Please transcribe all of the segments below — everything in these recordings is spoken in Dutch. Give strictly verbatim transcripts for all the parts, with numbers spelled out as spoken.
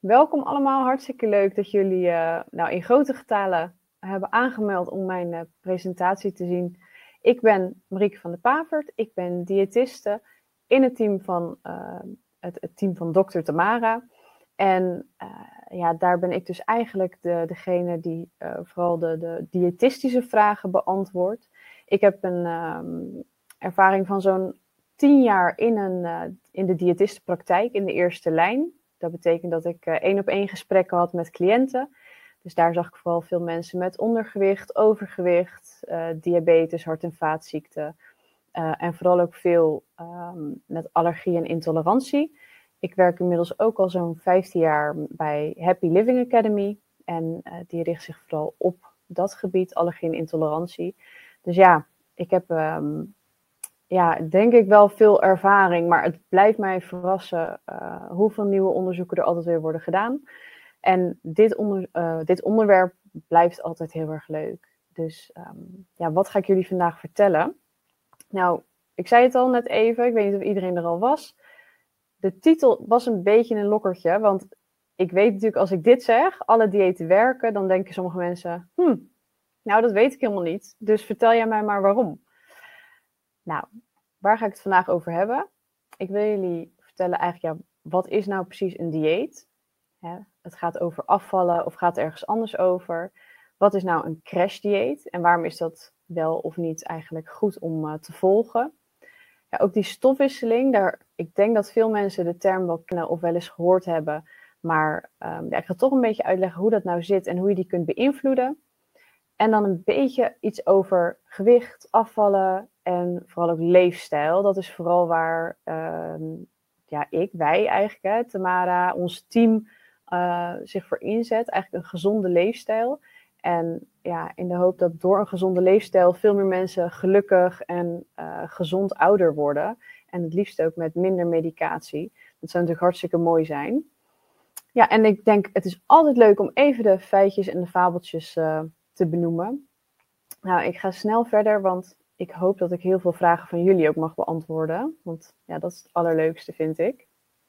Welkom allemaal, hartstikke leuk dat jullie uh, nou, in grote getalen hebben aangemeld om mijn uh, presentatie te zien. Ik ben Marieke van der Pavert, ik ben diëtiste in het team van, uh, het, het team van dokter Tamara. En uh, ja, daar ben ik dus eigenlijk de, degene die uh, vooral de, de diëtistische vragen beantwoordt. Ik heb een um, ervaring van zo'n tien jaar in, een, uh, in de diëtistenpraktijk, in de eerste lijn. Dat betekent dat ik uh, één op één gesprekken had met cliënten. Dus daar zag ik vooral veel mensen met ondergewicht, overgewicht, uh, diabetes, hart- en vaatziekten. Uh, en vooral ook veel um, met allergie en intolerantie. Ik werk inmiddels ook al zo'n vijftien jaar bij Happy Living Academy. En uh, die richt zich vooral op dat gebied, allergie en intolerantie. Dus ja, ik heb um, ja, denk ik wel veel ervaring. Maar het blijft mij verrassen uh, hoeveel nieuwe onderzoeken er altijd weer worden gedaan. En dit, onder, uh, dit onderwerp blijft altijd heel erg leuk. Dus um, ja, wat ga ik jullie vandaag vertellen? Nou, ik zei het al net even, ik weet niet of iedereen er al was. De titel was een beetje een lokkertje, want ik weet natuurlijk als ik dit zeg, alle diëten werken, dan denken sommige mensen, hm, nou dat weet ik helemaal niet, dus vertel jij mij maar waarom. Nou, waar ga ik het vandaag over hebben? Ik wil jullie vertellen eigenlijk, ja, wat is nou precies een dieet? Hè, het gaat over afvallen of gaat het ergens anders over? Wat is nou een crashdieet en waarom is dat wel of niet eigenlijk goed om uh, te volgen? Ja, ook die stofwisseling, daar, ik denk dat veel mensen de term wel kennen of wel eens gehoord hebben. Maar um, ja, ik ga toch een beetje uitleggen hoe dat nou zit en hoe je die kunt beïnvloeden. En dan een beetje iets over gewicht, afvallen en vooral ook leefstijl. Dat is vooral waar um, ja, ik, wij eigenlijk, hè, Tamara, ons team uh, zich voor inzet. Eigenlijk een gezonde leefstijl. En ja, in de hoop dat door een gezonde leefstijl veel meer mensen gelukkig en uh, gezond ouder worden. En het liefst ook met minder medicatie. Dat zou natuurlijk hartstikke mooi zijn. Ja, en ik denk het is altijd leuk om even de feitjes en de fabeltjes uh, te benoemen. Nou, ik ga snel verder, want ik hoop dat ik heel veel vragen van jullie ook mag beantwoorden. Want ja, dat is het allerleukste, vind ik.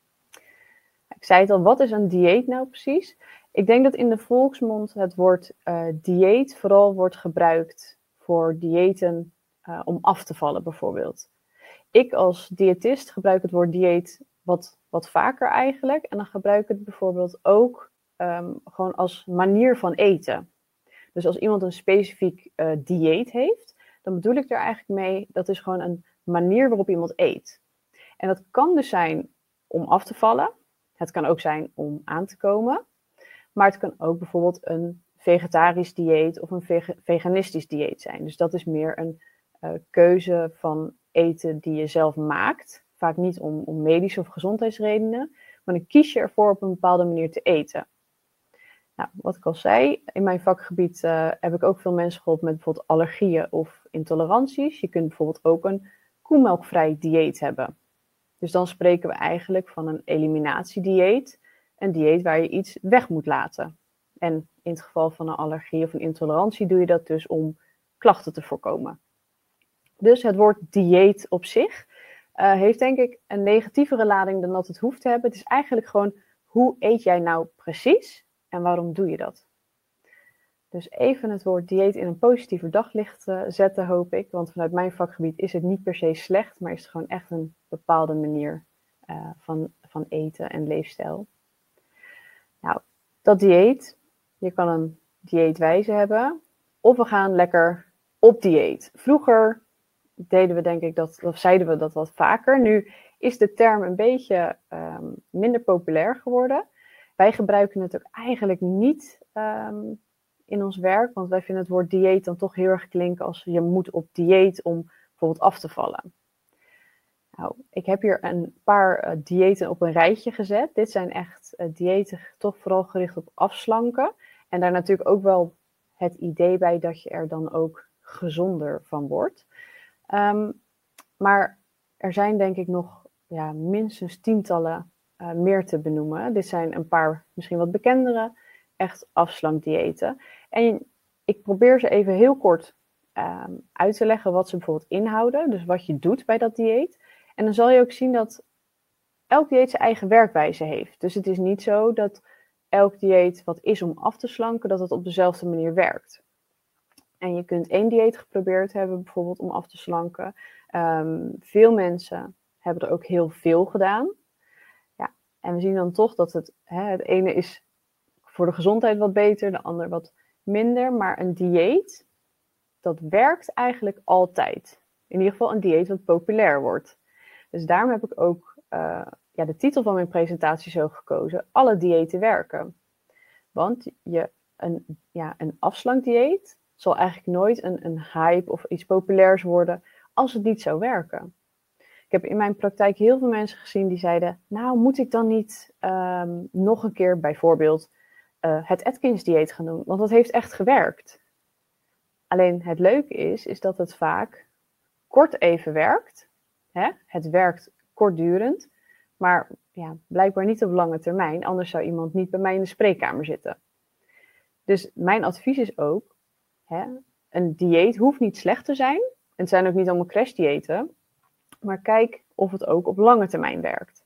Ik zei het al, wat is een dieet nou precies? Ik denk dat in de volksmond het woord uh, dieet vooral wordt gebruikt voor diëten uh, om af te vallen bijvoorbeeld. Ik als diëtist gebruik het woord dieet wat, wat vaker eigenlijk. En dan gebruik ik het bijvoorbeeld ook um, gewoon als manier van eten. Dus als iemand een specifiek uh, dieet heeft, dan bedoel ik er eigenlijk mee, dat is gewoon een manier waarop iemand eet. En dat kan dus zijn om af te vallen. Het kan ook zijn om aan te komen. Maar het kan ook bijvoorbeeld een vegetarisch dieet of een veganistisch dieet zijn. Dus dat is meer een uh, keuze van eten die je zelf maakt. Vaak niet om, om medische of gezondheidsredenen. Maar dan kies je ervoor op een bepaalde manier te eten. Nou, wat ik al zei, in mijn vakgebied uh, heb ik ook veel mensen geholpen met bijvoorbeeld allergieën of intoleranties. Je kunt bijvoorbeeld ook een koemelkvrij dieet hebben. Dus dan spreken we eigenlijk van een eliminatiedieet. Een dieet waar je iets weg moet laten. En in het geval van een allergie of een intolerantie doe je dat dus om klachten te voorkomen. Dus het woord dieet op zich uh, heeft denk ik een negatievere lading dan dat het hoeft te hebben. Het is eigenlijk gewoon, hoe eet jij nou precies en waarom doe je dat? Dus even het woord dieet in een positiever daglicht uh, zetten, hoop ik. Want vanuit mijn vakgebied is het niet per se slecht, maar is het gewoon echt een bepaalde manier uh, van, van eten en leefstijl. Nou, dat dieet, je kan een dieetwijze hebben, of we gaan lekker op dieet. Vroeger deden we denk ik dat, of zeiden we dat wat vaker. Nu is de term een beetje um, minder populair geworden. Wij gebruiken het ook eigenlijk niet um, in ons werk, want wij vinden het woord dieet dan toch heel erg klinken als je moet op dieet om bijvoorbeeld af te vallen. Nou, ik heb hier een paar uh, diëten op een rijtje gezet. Dit zijn echt uh, diëten toch vooral gericht op afslanken. En daar natuurlijk ook wel het idee bij dat je er dan ook gezonder van wordt. Um, maar er zijn denk ik nog ja, minstens tientallen uh, meer te benoemen. Dit zijn een paar misschien wat bekendere, echt afslankdiëten. En ik probeer ze even heel kort um, uit te leggen wat ze bijvoorbeeld inhouden. Dus wat je doet bij dat dieet. En dan zal je ook zien dat elk dieet zijn eigen werkwijze heeft. Dus het is niet zo dat elk dieet wat is om af te slanken, dat het op dezelfde manier werkt. En je kunt één dieet geprobeerd hebben, bijvoorbeeld om af te slanken. Um, veel mensen hebben er ook heel veel gedaan. Ja, en we zien dan toch dat het, hè, het ene is voor de gezondheid wat beter, de ander wat minder. Maar een dieet, dat werkt eigenlijk altijd. In ieder geval een dieet wat populair wordt. Dus daarom heb ik ook uh, ja, de titel van mijn presentatie zo gekozen. Alle diëten werken. Want je, een, ja, een afslankdieet zal eigenlijk nooit een, een hype of iets populairs worden als het niet zou werken. Ik heb in mijn praktijk heel veel mensen gezien die zeiden, nou moet ik dan niet um, nog een keer bijvoorbeeld uh, het Atkins-dieet gaan doen, want dat heeft echt gewerkt. Alleen het leuke is, is dat het vaak kort even werkt. Hè? Het werkt kortdurend, maar ja, blijkbaar niet op lange termijn, anders zou iemand niet bij mij in de spreekkamer zitten. Dus mijn advies is ook, hè, een dieet hoeft niet slecht te zijn. Het zijn ook niet allemaal crashdiëten. Maar kijk of het ook op lange termijn werkt.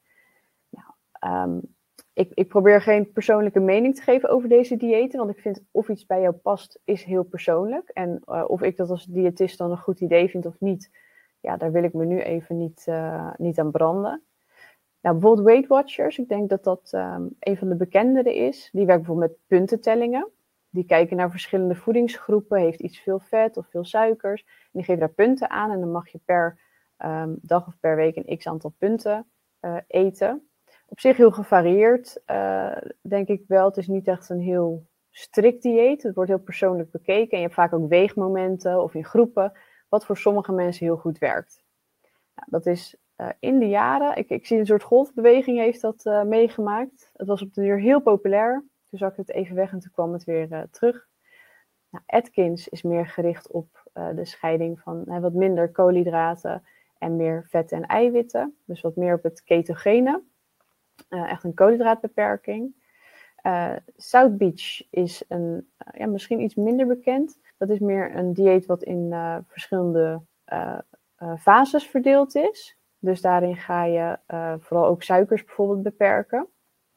Nou, um, ik, ik probeer geen persoonlijke mening te geven over deze diëten. Want ik vind of iets bij jou past, is heel persoonlijk. En uh, of ik dat als diëtist dan een goed idee vind of niet. Ja, daar wil ik me nu even niet, uh, niet aan branden. Nou, bijvoorbeeld Weight Watchers. Ik denk dat dat um, een van de bekendere is. Die werkt bijvoorbeeld met puntentellingen. Die kijken naar verschillende voedingsgroepen. Heeft iets veel vet of veel suikers. En die geven daar punten aan. En dan mag je per um, dag of per week een x-aantal punten uh, eten. Op zich heel gevarieerd, uh, denk ik wel. Het is niet echt een heel strikt dieet. Het wordt heel persoonlijk bekeken. En je hebt vaak ook weegmomenten of in groepen. Wat voor sommige mensen heel goed werkt. Nou, dat is uh, in de jaren. Ik, ik zie een soort golfbeweging heeft dat uh, meegemaakt. Het was op de duur heel populair. Toen zag ik het even weg en toen kwam het weer uh, terug. Nou, Atkins is meer gericht op uh, de scheiding van uh, wat minder koolhydraten en meer vetten en eiwitten. Dus wat meer op het ketogene. Uh, echt een koolhydraatbeperking. Uh, South Beach is een, uh, ja, misschien iets minder bekend. Dat is meer een dieet wat in uh, verschillende uh, uh, fases verdeeld is. Dus daarin ga je uh, vooral ook suikers bijvoorbeeld beperken.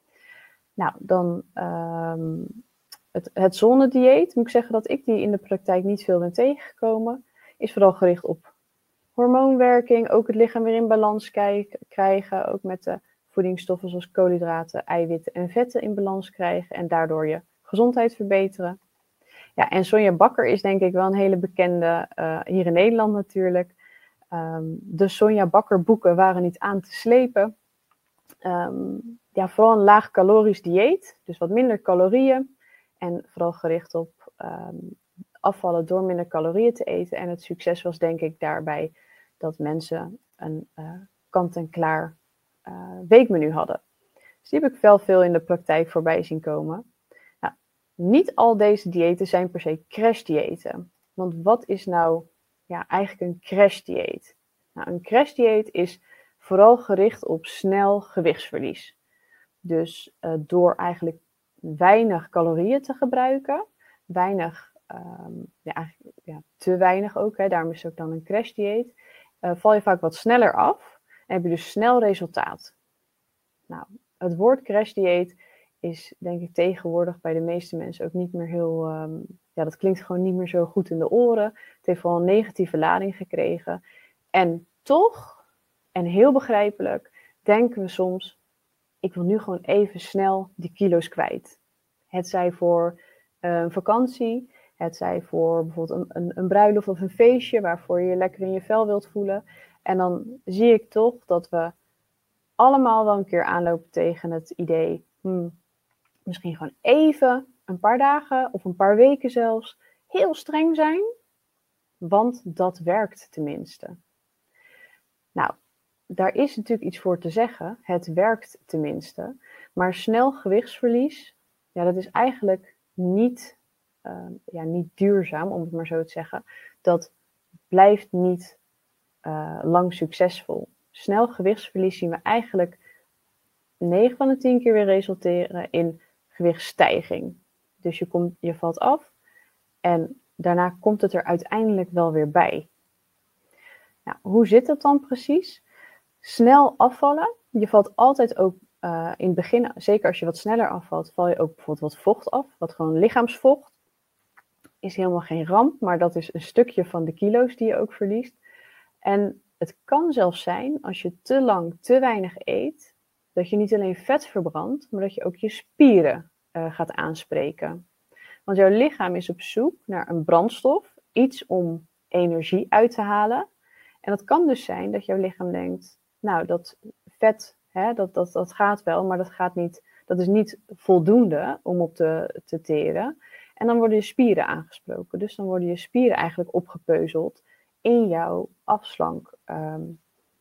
Nou, dan um, het, het zonnedieet, moet ik zeggen dat ik die in de praktijk niet veel ben tegengekomen, is vooral gericht op hormoonwerking, ook het lichaam weer in balans kijk, krijgen, ook met de voedingsstoffen zoals koolhydraten, eiwitten en vetten in balans krijgen en daardoor je gezondheid verbeteren. Ja, en Sonja Bakker is denk ik wel een hele bekende, uh, hier in Nederland natuurlijk. Um, de Sonja Bakker boeken waren niet aan te slepen. Um, ja, vooral een laag calorisch dieet, dus wat minder calorieën en vooral gericht op um, afvallen door minder calorieën te eten. En het succes was denk ik daarbij dat mensen een uh, kant-en-klaar uh, weekmenu hadden. Dus die heb ik wel veel in de praktijk voorbij zien komen. Nou, niet al deze diëten zijn per se crashdiëten. Want wat is nou ja, eigenlijk een crashdieet? Nou, een crashdieet is vooral gericht op snel gewichtsverlies. Dus uh, door eigenlijk weinig calorieën te gebruiken, weinig, um, ja, eigenlijk, ja, te weinig ook, hè, daarom is het ook dan een crashdieet, uh, val je vaak wat sneller af en heb je dus snel resultaat. Nou, het woord crashdieet is denk ik tegenwoordig bij de meeste mensen ook niet meer heel, um, ja, dat klinkt gewoon niet meer zo goed in de oren. Het heeft wel een negatieve lading gekregen. En toch, en heel begrijpelijk, denken we soms, ik wil nu gewoon even snel die kilo's kwijt. Het zij voor een uh, vakantie, het zij voor bijvoorbeeld een, een, een bruiloft of een feestje waarvoor je je lekker in je vel wilt voelen. En dan zie ik toch dat we allemaal wel een keer aanlopen tegen het idee, hmm, misschien gewoon even een paar dagen of een paar weken zelfs heel streng zijn, want dat werkt tenminste. Nou, daar is natuurlijk iets voor te zeggen. Het werkt tenminste. Maar snel gewichtsverlies, ja, dat is eigenlijk niet, uh, ja, niet duurzaam, om het maar zo te zeggen. Dat blijft niet uh, lang succesvol. Snel gewichtsverlies zien we eigenlijk negen van de tien keer weer resulteren in gewichtsstijging. Dus je, komt, je valt af en daarna komt het er uiteindelijk wel weer bij. Nou, hoe zit dat dan precies? Snel afvallen. Je valt altijd ook uh, in het begin, zeker als je wat sneller afvalt, val je ook bijvoorbeeld wat vocht af. Wat gewoon lichaamsvocht. Is helemaal geen ramp, maar dat is een stukje van de kilo's die je ook verliest. En het kan zelfs zijn, als je te lang te weinig eet, dat je niet alleen vet verbrandt, maar dat je ook je spieren uh, gaat aanspreken. Want jouw lichaam is op zoek naar een brandstof, iets om energie uit te halen. En dat kan dus zijn dat jouw lichaam denkt, nou dat vet, hè, dat, dat, dat gaat wel, maar dat, gaat niet, dat is niet voldoende om op te, te teren. En dan worden je spieren aangesproken. Dus dan worden je spieren eigenlijk opgepeuzeld in jouw afslankpoging.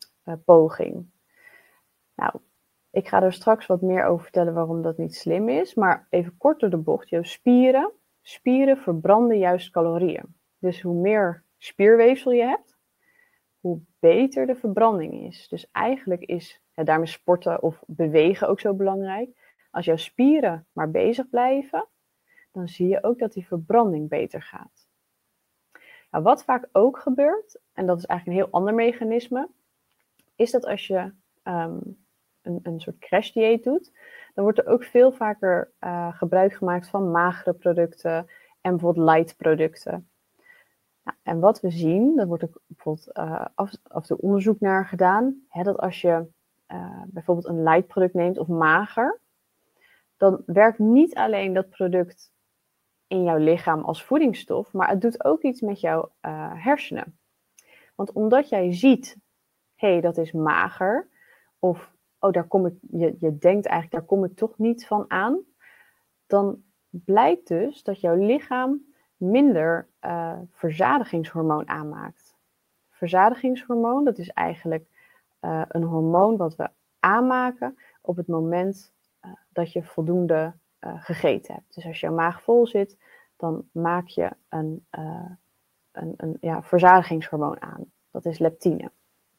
Um, nou, ik ga er straks wat meer over vertellen waarom dat niet slim is. Maar even kort door de bocht. Jouw spieren, spieren verbranden juist calorieën. Dus hoe meer spierweefsel je hebt, hoe beter de verbranding is. Dus eigenlijk is, ja, daarom is sporten of bewegen ook zo belangrijk. Als jouw spieren maar bezig blijven, dan zie je ook dat die verbranding beter gaat. Nou, wat vaak ook gebeurt, en dat is eigenlijk een heel ander mechanisme, is dat als je um, een, een soort crashdieet doet, dan wordt er ook veel vaker uh, gebruik gemaakt van magere producten en bijvoorbeeld light producten. Nou, en wat we zien, daar wordt ook bijvoorbeeld uh, af, af en toe onderzoek naar gedaan, hè, dat als je uh, bijvoorbeeld een light product neemt of mager, dan werkt niet alleen dat product in jouw lichaam als voedingsstof, maar het doet ook iets met jouw uh, hersenen. Want omdat jij ziet, hé, hey, dat is mager, of oh, daar kom ik, je, je denkt eigenlijk, daar kom ik toch niet van aan, dan blijkt dus dat jouw lichaam minder uh, verzadigingshormoon aanmaakt. Verzadigingshormoon, dat is eigenlijk uh, een hormoon wat we aanmaken op het moment uh, dat je voldoende uh, gegeten hebt. Dus als jouw maag vol zit, dan maak je een, uh, een, een ja, verzadigingshormoon aan. Dat is leptine.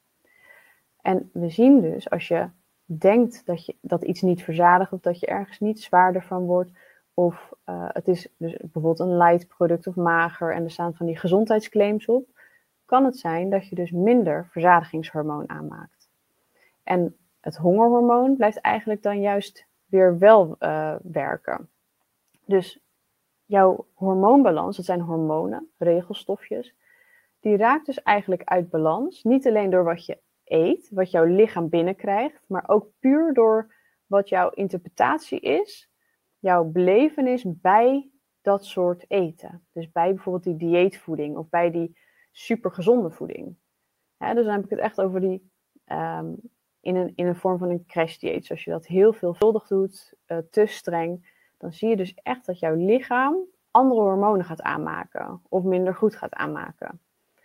En we zien dus, als je denkt dat, je, dat iets niet verzadigt, of dat je ergens niet zwaarder van wordt, of uh, het is dus bijvoorbeeld een light product of mager en er staan van die gezondheidsclaims op, kan het zijn dat je dus minder verzadigingshormoon aanmaakt. En het hongerhormoon blijft eigenlijk dan juist weer wel uh, werken. Dus jouw hormoonbalans, dat zijn hormonen, regelstofjes, die raakt dus eigenlijk uit balans. Niet alleen door wat je eet, wat jouw lichaam binnenkrijgt, maar ook puur door wat jouw interpretatie is, jouw belevenis bij dat soort eten. Dus bij bijvoorbeeld die dieetvoeding of bij die supergezonde voeding. Ja, dus dan heb ik het echt over die um, in, een, in een vorm van een crashdieet. Dus als je dat heel veelvuldig doet, uh, te streng, dan zie je dus echt dat jouw lichaam andere hormonen gaat aanmaken of minder goed gaat aanmaken.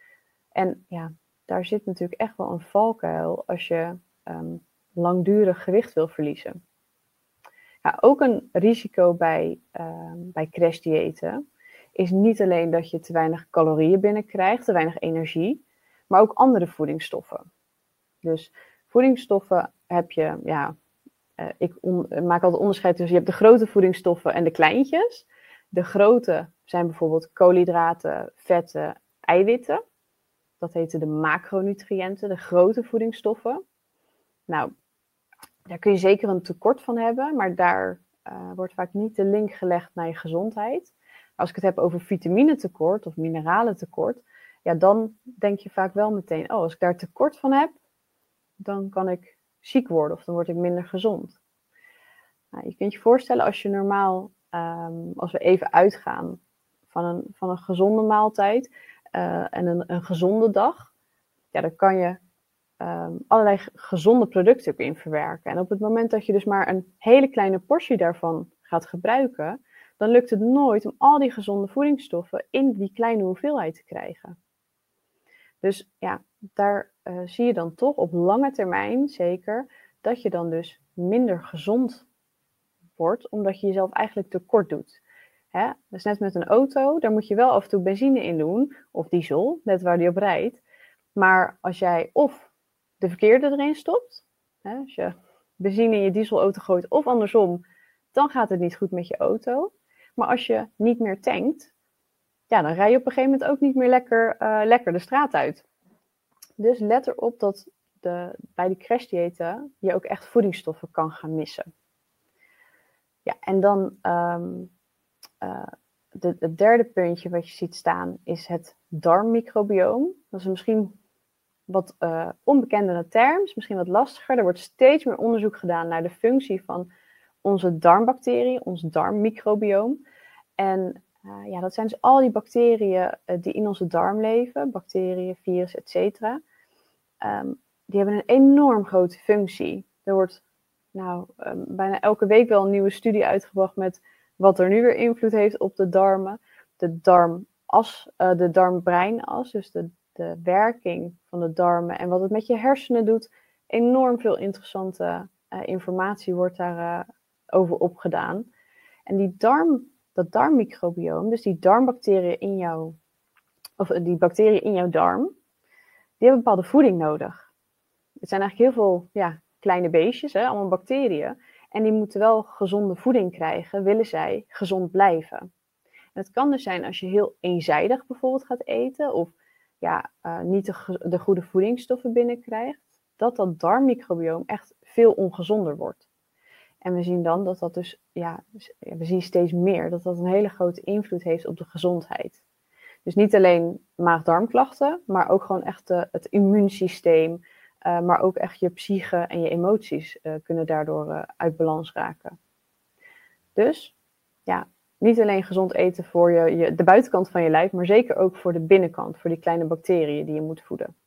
En ja, daar zit natuurlijk echt wel een valkuil als je um, langdurig gewicht wil verliezen. Ja, ook een risico bij, uh, bij crashdiëten is niet alleen dat je te weinig calorieën binnenkrijgt, te weinig energie, maar ook andere voedingsstoffen. Dus voedingsstoffen heb je, ja, uh, ik on, maak altijd onderscheid tussen, je hebt de grote voedingsstoffen en de kleintjes. De grote zijn bijvoorbeeld koolhydraten, vetten, eiwitten. Dat heten de macronutriënten, de grote voedingsstoffen. Nou, daar kun je zeker een tekort van hebben, maar daar uh, wordt vaak niet de link gelegd naar je gezondheid. Als ik het heb over vitaminetekort of mineralentekort, ja, dan denk je vaak wel meteen, oh, als ik daar tekort van heb, dan kan ik ziek worden of dan word ik minder gezond. Nou, je kunt je voorstellen als je normaal, um, als we even uitgaan van een, van een gezonde maaltijd uh, en een, een gezonde dag, ja, dan kan je Um, allerlei gezonde producten in verwerken. En op het moment dat je dus maar een hele kleine portie daarvan gaat gebruiken, dan lukt het nooit om al die gezonde voedingsstoffen in die kleine hoeveelheid te krijgen. Dus ja, daar uh, zie je dan toch op lange termijn zeker dat je dan dus minder gezond wordt, omdat je jezelf eigenlijk tekort doet. Hè? Dat is net met een auto, daar moet je wel af en toe benzine in doen, of diesel, net waar die op rijdt. Maar als jij of de verkeerde erin stopt, hè, als je benzine in je dieselauto gooit of andersom, dan gaat het niet goed met je auto. Maar als je niet meer tankt, ja, dan rij je op een gegeven moment ook niet meer lekker, uh, lekker de straat uit. Dus let erop dat de, bij die crashdiëten je ook echt voedingsstoffen kan gaan missen. Ja, en dan um, uh, de, het derde puntje wat je ziet staan is het darmmicrobioom. Dat is misschien wat uh, onbekendere term, is misschien wat lastiger. Er wordt steeds meer onderzoek gedaan naar de functie van onze darmbacteriën, ons darmmicrobioom. En uh, ja, dat zijn dus al die bacteriën uh, die in onze darm leven, bacteriën, virus, et cetera. Um, die hebben een enorm grote functie. Er wordt nou, um, bijna elke week wel een nieuwe studie uitgebracht met wat er nu weer invloed heeft op de darmen. De darmas, uh, de darm-breinas, dus de, de werking van de darmen en wat het met je hersenen doet. Enorm veel interessante uh, informatie wordt daar uh, over opgedaan. En die darm, dat darmmicrobioom, dus die darmbacteriën in jouw, of die bacteriën in jouw darm, die hebben bepaalde voeding nodig. Het zijn eigenlijk heel veel ja, kleine beestjes, hè, allemaal bacteriën. En die moeten wel gezonde voeding krijgen, willen zij gezond blijven. En het kan dus zijn als je heel eenzijdig bijvoorbeeld gaat eten, of ja, uh, niet de, de goede voedingsstoffen binnenkrijgt, dat dat darmmicrobioom echt veel ongezonder wordt. En we zien dan dat dat dus, ja, we zien steeds meer, dat dat een hele grote invloed heeft op de gezondheid. Dus niet alleen maag-darmklachten, maar ook gewoon echt de, het immuunsysteem, uh, maar ook echt je psyche en je emoties uh, kunnen daardoor uh, uit balans raken. Dus, ja, niet alleen gezond eten voor je, je, de buitenkant van je lijf, maar zeker ook voor de binnenkant, voor die kleine bacteriën die je moet voeden.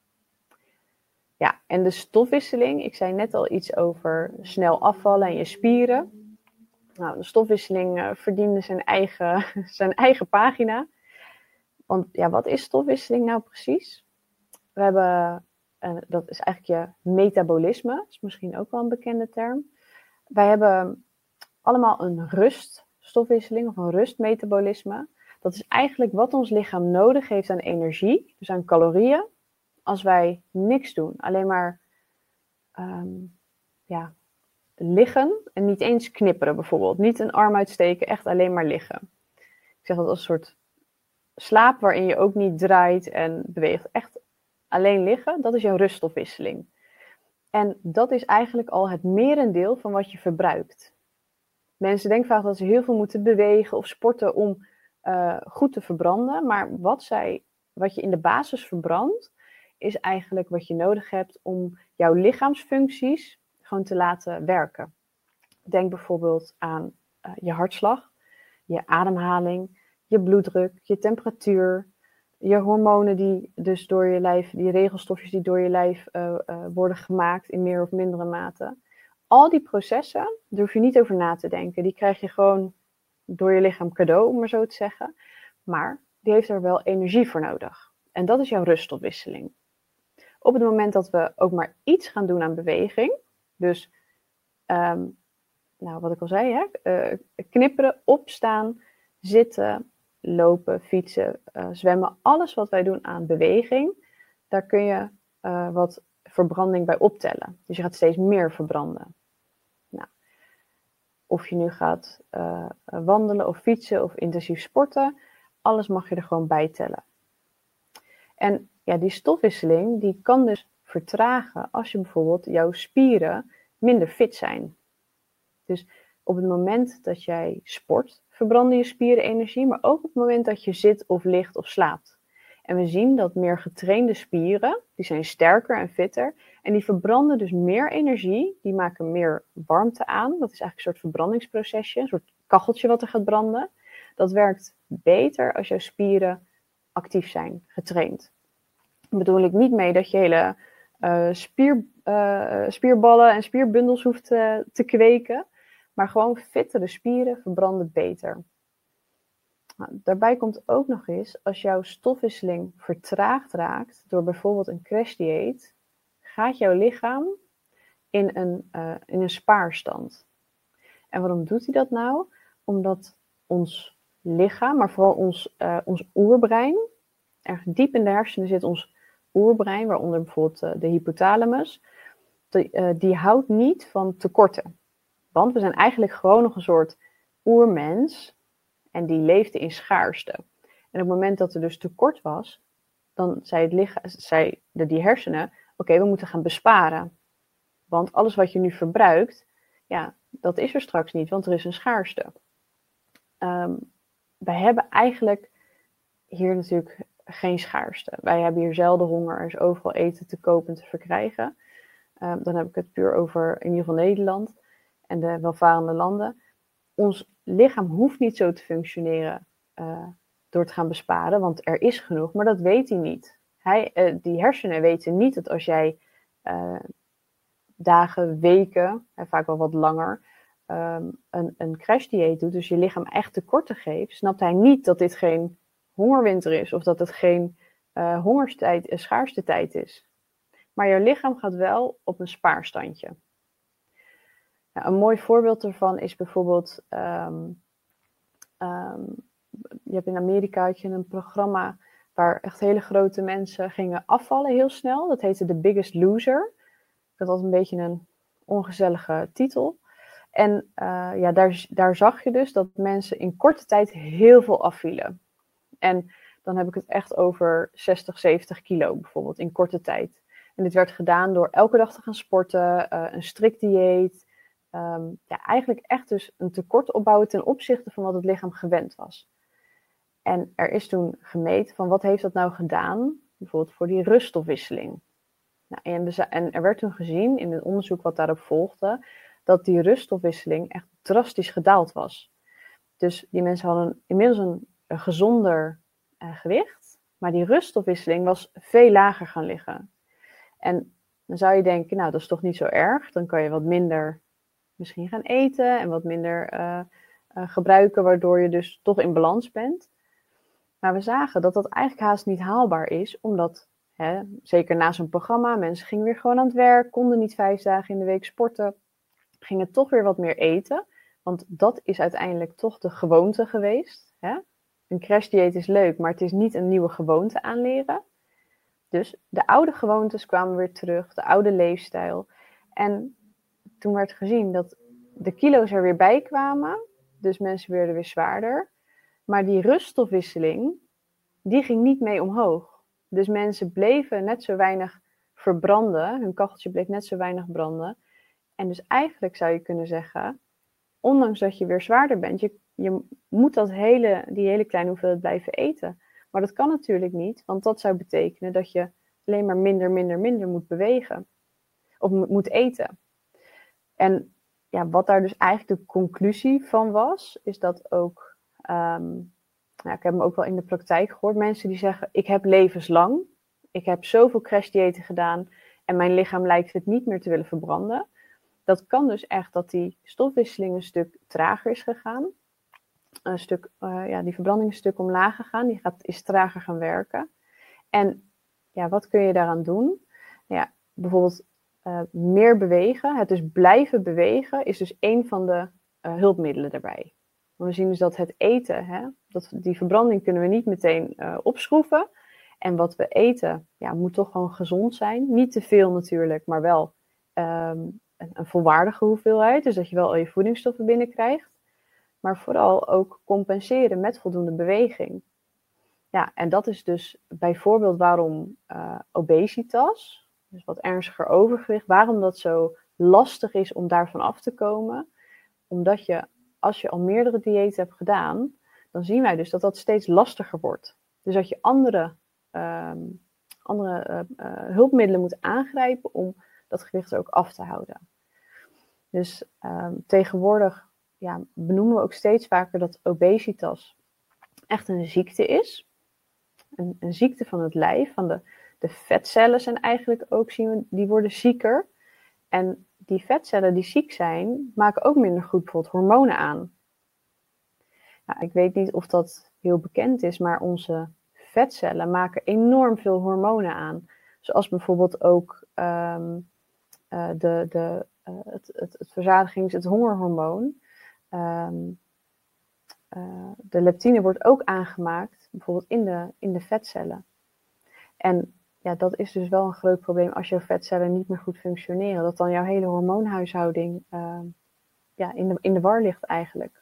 Ja, en de stofwisseling, ik zei net al iets over snel afvallen en je spieren. Nou, de stofwisseling uh, verdiende zijn eigen, zijn eigen pagina. Want ja, wat is stofwisseling nou precies? We hebben, uh, dat is eigenlijk je metabolisme, dat is misschien ook wel een bekende term. Wij hebben allemaal een ruststofwisseling of een rustmetabolisme. Dat is eigenlijk wat ons lichaam nodig heeft aan energie, dus aan calorieën, als wij niks doen. Alleen maar um, ja, liggen en niet eens knipperen bijvoorbeeld. Niet een arm uitsteken, echt alleen maar liggen. Ik zeg dat als een soort slaap waarin je ook niet draait en beweegt. Echt alleen liggen, dat is jouw ruststofwisseling. En dat is eigenlijk al het merendeel van wat je verbruikt. Mensen denken vaak dat ze heel veel moeten bewegen of sporten om uh, goed te verbranden. Maar wat, zij, wat je in de basis verbrandt, is eigenlijk wat je nodig hebt om jouw lichaamsfuncties gewoon te laten werken. Denk bijvoorbeeld aan uh, je hartslag, je ademhaling, je bloeddruk, je temperatuur, je hormonen die dus door je lijf, die regelstofjes die door je lijf uh, uh, worden gemaakt in meer of mindere mate. Al die processen, daar hoef je niet over na te denken. Die krijg je gewoon door je lichaam cadeau, om maar zo te zeggen. Maar die heeft er wel energie voor nodig. En dat is jouw ruststofwisseling. Op het moment dat we ook maar iets gaan doen aan beweging, dus um, nou, wat ik al zei, hè, uh, knipperen, opstaan, zitten, lopen, fietsen, uh, zwemmen, alles wat wij doen aan beweging, daar kun je uh, wat verbranding bij optellen. Dus je gaat steeds meer verbranden. Nou, of je nu gaat uh, wandelen of fietsen of intensief sporten, alles mag je er gewoon bij tellen. En ja, die stofwisseling die kan dus vertragen als je bijvoorbeeld jouw spieren minder fit zijn. Dus op het moment dat jij sport, verbranden je spieren energie, maar ook op het moment dat je zit of ligt of slaapt. En we zien dat meer getrainde spieren, die zijn sterker en fitter, en die verbranden dus meer energie, die maken meer warmte aan. Dat is eigenlijk een soort verbrandingsprocesje, een soort kacheltje wat er gaat branden. Dat werkt beter als jouw spieren actief zijn, getraind. Daar bedoel ik niet mee dat je hele uh, spier, uh, spierballen en spierbundels hoeft uh, te kweken, maar gewoon fittere spieren verbranden beter. Nou, daarbij komt ook nog eens, als jouw stofwisseling vertraagd raakt door bijvoorbeeld een crashdieet, gaat jouw lichaam in een, uh, in een spaarstand. En waarom doet hij dat nou? Omdat ons lichaam, maar vooral ons, uh, ons oerbrein, erg diep in de hersenen zit ons oerbrein, waaronder bijvoorbeeld uh, de hypothalamus, die, uh, die houdt niet van tekorten. Want we zijn eigenlijk gewoon nog een soort oermens en die leefde in schaarste. En op het moment dat er dus tekort was, dan zei, het lichaam, zei de, die hersenen, oké, we moeten gaan besparen. Want alles wat je nu verbruikt, ja, dat is er straks niet, want er is een schaarste. Um, wij hebben eigenlijk hier natuurlijk geen schaarste. Wij hebben hier zelden honger, er is overal eten te kopen en te verkrijgen. Um, dan heb ik het puur over in ieder geval Nederland en de welvarende landen. Ons lichaam hoeft niet zo te functioneren uh, door te gaan besparen, want er is genoeg, maar dat weet hij niet. Hij, uh, die hersenen weten niet dat als jij uh, dagen, weken, en vaak wel wat langer, um, een, een crashdieet doet, dus je lichaam echt tekorten geeft, snapt hij niet dat dit geen hongerwinter is of dat het geen uh, hongerstijd, uh, schaarste tijd is. Maar je lichaam gaat wel op een spaarstandje. Nou, een mooi voorbeeld ervan is bijvoorbeeld, um, um, je hebt in Amerika had je een programma waar echt hele grote mensen gingen afvallen heel snel. Dat heette The Biggest Loser. Dat had een beetje een ongezellige titel. En uh, ja, daar, daar zag je dus dat mensen in korte tijd heel veel afvielen. En dan heb ik het echt over zestig, zeventig kilo bijvoorbeeld in korte tijd. En dit werd gedaan door elke dag te gaan sporten, uh, een strikt dieet. Um, ja, eigenlijk echt dus een tekort opbouwen ten opzichte van wat het lichaam gewend was. En er is toen gemeten van wat heeft dat nou gedaan, bijvoorbeeld voor die ruststofwisseling. Nou, en, de, en er werd toen gezien in het onderzoek wat daarop volgde, dat die ruststofwisseling echt drastisch gedaald was. Dus die mensen hadden inmiddels een, een gezonder uh, gewicht, maar die ruststofwisseling was veel lager gaan liggen. En dan zou je denken, nou dat is toch niet zo erg, dan kan je wat minder misschien gaan eten en wat minder uh, uh, gebruiken, waardoor je dus toch in balans bent. Maar we zagen dat dat eigenlijk haast niet haalbaar is, omdat, hè, zeker na zo'n programma, mensen gingen weer gewoon aan het werk, konden niet vijf dagen in de week sporten, gingen toch weer wat meer eten, want dat is uiteindelijk toch de gewoonte geweest. Hè? Een crashdieet is leuk, maar het is niet een nieuwe gewoonte aanleren. Dus de oude gewoontes kwamen weer terug, de oude leefstijl. En toen werd gezien dat de kilo's er weer bij kwamen, dus mensen werden weer zwaarder. Maar die ruststofwisseling, die ging niet mee omhoog. Dus mensen bleven net zo weinig verbranden, hun kacheltje bleef net zo weinig branden. En dus eigenlijk zou je kunnen zeggen, ondanks dat je weer zwaarder bent, je, je moet dat hele, die hele kleine hoeveelheid blijven eten. Maar dat kan natuurlijk niet, want dat zou betekenen dat je alleen maar minder, minder, minder moet bewegen. Of moet eten. En ja, wat daar dus eigenlijk de conclusie van was, is dat ook, um, nou, ik heb hem ook wel in de praktijk gehoord, mensen die zeggen, ik heb levenslang, ik heb zoveel crashdiëten gedaan en mijn lichaam lijkt het niet meer te willen verbranden. Dat kan dus echt dat die stofwisseling een stuk trager is gegaan. Een stuk, uh, ja, die verbranding is een stuk omlaag gegaan, die gaat, is trager gaan werken. En ja, wat kun je daaraan doen? Ja, bijvoorbeeld uh, meer bewegen, het dus blijven bewegen, is dus een van de uh, hulpmiddelen daarbij. We zien dus dat het eten, hè, dat, die verbranding kunnen we niet meteen uh, opschroeven. En wat we eten, ja, moet toch gewoon gezond zijn. Niet te veel natuurlijk, maar wel um, een, een volwaardige hoeveelheid. Dus dat je wel al je voedingsstoffen binnenkrijgt. Maar vooral ook compenseren met voldoende beweging. Ja, en dat is dus bijvoorbeeld waarom uh, obesitas, dus wat ernstiger overgewicht, waarom dat zo lastig is om daarvan af te komen. Omdat je, als je al meerdere diëten hebt gedaan, dan zien wij dus dat dat steeds lastiger wordt. Dus dat je andere, um, andere uh, uh, hulpmiddelen moet aangrijpen om dat gewicht er ook af te houden. Dus um, tegenwoordig ja, benoemen we ook steeds vaker dat obesitas echt een ziekte is. Een, een ziekte van het lijf, van de, de vetcellen zijn eigenlijk ook, zien we, die worden zieker. En die vetcellen die ziek zijn, maken ook minder goed bijvoorbeeld hormonen aan. Nou, ik weet niet of dat heel bekend is, maar onze vetcellen maken enorm veel hormonen aan. Zoals bijvoorbeeld ook um, uh, de, de, uh, het, het, het verzadigings-, het hongerhormoon. Um, uh, de leptine wordt ook aangemaakt, bijvoorbeeld in de, in de vetcellen. En ja, dat is dus wel een groot probleem als jouw vetcellen niet meer goed functioneren. Dat dan jouw hele hormoonhuishouding uh, ja, in, de, in de war ligt eigenlijk.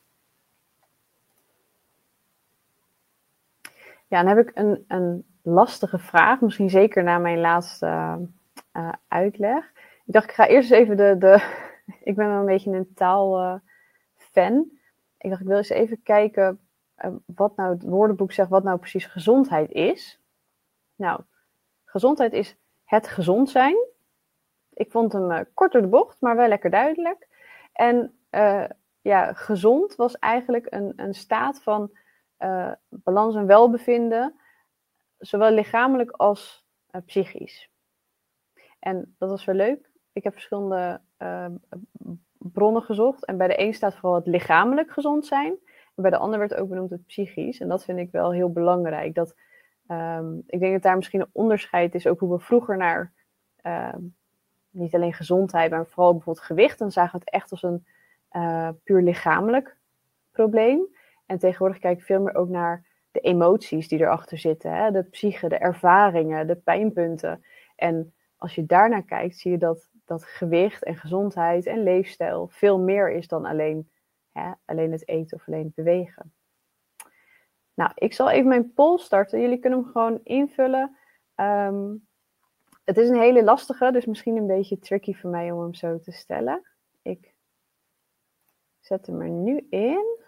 Ja, dan heb ik een, een lastige vraag, misschien zeker na mijn laatste uh, uitleg. Ik dacht, ik ga eerst eens even de... de ik ben wel een beetje een taalfan. Uh, ik dacht, ik wil eens even kijken uh, wat nou het woordenboek zegt, wat nou precies gezondheid is. Nou, gezondheid is het gezond zijn. Ik vond hem uh, kort door de bocht, maar wel lekker duidelijk. En uh, ja, gezond was eigenlijk een, een staat van uh, balans en welbevinden, zowel lichamelijk als uh, psychisch. En dat was wel leuk. Ik heb verschillende uh, bronnen gezocht. En bij de een staat vooral het lichamelijk gezond zijn. En bij de ander werd ook benoemd het psychisch. En dat vind ik wel heel belangrijk. Dat, um, ik denk dat daar misschien een onderscheid is, ook hoe we vroeger naar... Uh, niet alleen gezondheid, maar vooral bijvoorbeeld gewicht. Dan zagen we het echt als een uh, puur lichamelijk probleem. En tegenwoordig kijk ik veel meer ook naar de emoties die erachter zitten. Hè? De psyche, de ervaringen, de pijnpunten. En als je daarnaar kijkt, zie je dat, dat gewicht en gezondheid en leefstijl veel meer is dan alleen, hè, alleen het eten of alleen het bewegen. Nou, ik zal even mijn poll starten. Jullie kunnen hem gewoon invullen. Um, Het is een hele lastige, dus misschien een beetje tricky voor mij om hem zo te stellen. Ik zet hem er nu in.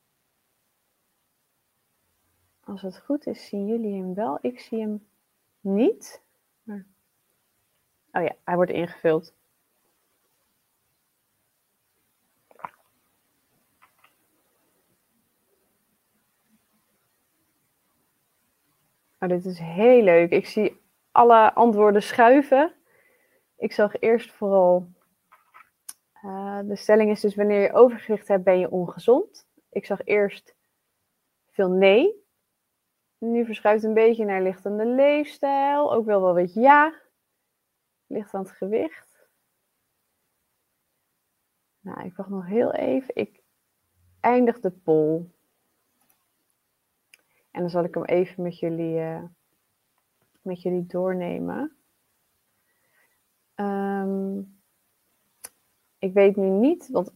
Als het goed is, zien jullie hem wel. Ik zie hem niet. Maar... Oh ja, hij wordt ingevuld. Oh, dit is heel leuk. Ik zie alle antwoorden schuiven. Ik zag eerst vooral... Uh, de stelling is dus, wanneer je overgewicht hebt, ben je ongezond. Ik zag eerst veel nee. Nu verschuift het een beetje naar ligt aan de leefstijl. Ook wel wel wat ja. Ligt aan het gewicht. Nou, ik wacht nog heel even. Ik eindig de poll. En dan zal ik hem even met jullie, uh, met jullie doornemen. Um, ik weet nu niet, want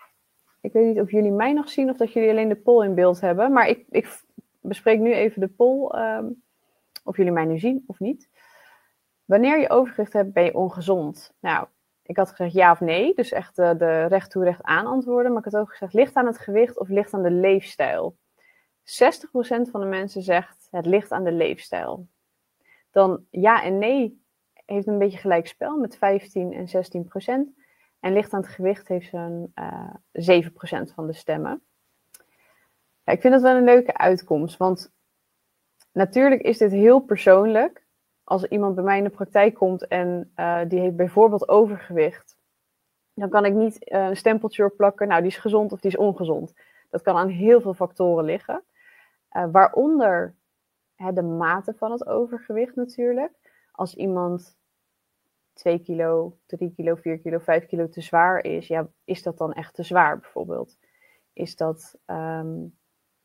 ik weet niet of jullie mij nog zien of dat jullie alleen de poll in beeld hebben. Maar ik, ik bespreek nu even de poll, um, of jullie mij nu zien of niet. Wanneer je overgewicht hebt, ben je ongezond. Nou, ik had gezegd ja of nee, dus echt uh, de recht toe recht aan antwoorden. Maar ik had ook gezegd, ligt aan het gewicht of ligt aan de leefstijl? zestig procent van de mensen zegt, het ligt aan de leefstijl. Dan ja en nee heeft een beetje gelijk spel met vijftien en zestien procent. En ligt aan het gewicht heeft zo'n uh, zeven procent van de stemmen. Ja, ik vind dat wel een leuke uitkomst, want natuurlijk is dit heel persoonlijk. Als iemand bij mij in de praktijk komt en uh, die heeft bijvoorbeeld overgewicht, dan kan ik niet uh, een stempeltje op plakken, nou die is gezond of die is ongezond. Dat kan aan heel veel factoren liggen. Uh, waaronder hè, de mate van het overgewicht natuurlijk. Als iemand twee kilo, drie kilo, vier kilo, vijf kilo te zwaar is, ja, is dat dan echt te zwaar bijvoorbeeld? Is dat, um,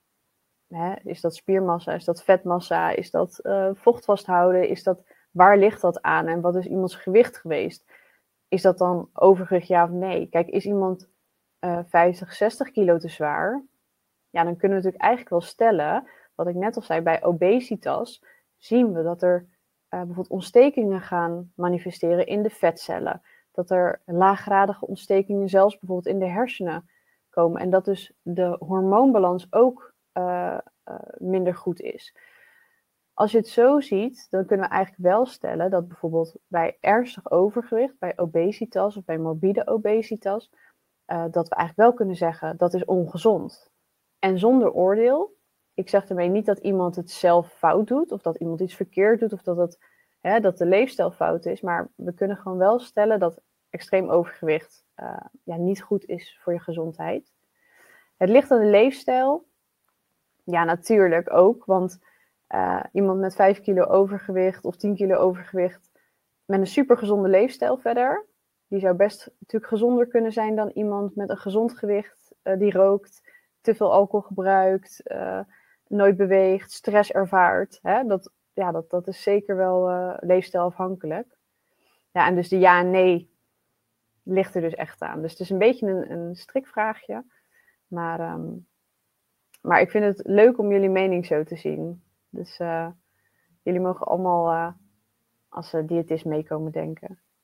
hè, is dat spiermassa, is dat vetmassa, is dat uh, vocht vasthouden, is dat, waar ligt dat aan en wat is iemands gewicht geweest? Is dat dan overgewicht ja of nee? Kijk, is iemand uh, vijftig, zestig kilo te zwaar? Ja, dan kunnen we natuurlijk eigenlijk wel stellen, wat ik net al zei, bij obesitas zien we dat er uh, bijvoorbeeld ontstekingen gaan manifesteren in de vetcellen. Dat er laaggradige ontstekingen zelfs bijvoorbeeld in de hersenen komen. En dat dus de hormoonbalans ook uh, uh, minder goed is. Als je het zo ziet, dan kunnen we eigenlijk wel stellen dat bijvoorbeeld bij ernstig overgewicht, bij obesitas of bij morbide obesitas, uh, dat we eigenlijk wel kunnen zeggen dat is ongezond. En zonder oordeel. Ik zeg ermee niet dat iemand het zelf fout doet, of dat iemand iets verkeerd doet, of dat, het, hè, dat de leefstijl fout is. Maar we kunnen gewoon wel stellen dat extreem overgewicht uh, ja, niet goed is voor je gezondheid. Het ligt aan de leefstijl. Ja, natuurlijk ook, want uh, iemand met vijf kilo overgewicht of tien kilo overgewicht met een supergezonde leefstijl verder, die zou best natuurlijk gezonder kunnen zijn dan iemand met een gezond gewicht uh, die rookt, te veel alcohol gebruikt, uh, nooit beweegt, stress ervaart. Hè? Dat, ja, dat, dat is zeker wel uh, leefstijlafhankelijk. Ja, en dus de ja en nee ligt er dus echt aan. Dus het is een beetje een, een strikvraagje. Maar, um, maar ik vind het leuk om jullie mening zo te zien. Dus uh, jullie mogen allemaal uh, als uh, diëtist meekomen denken.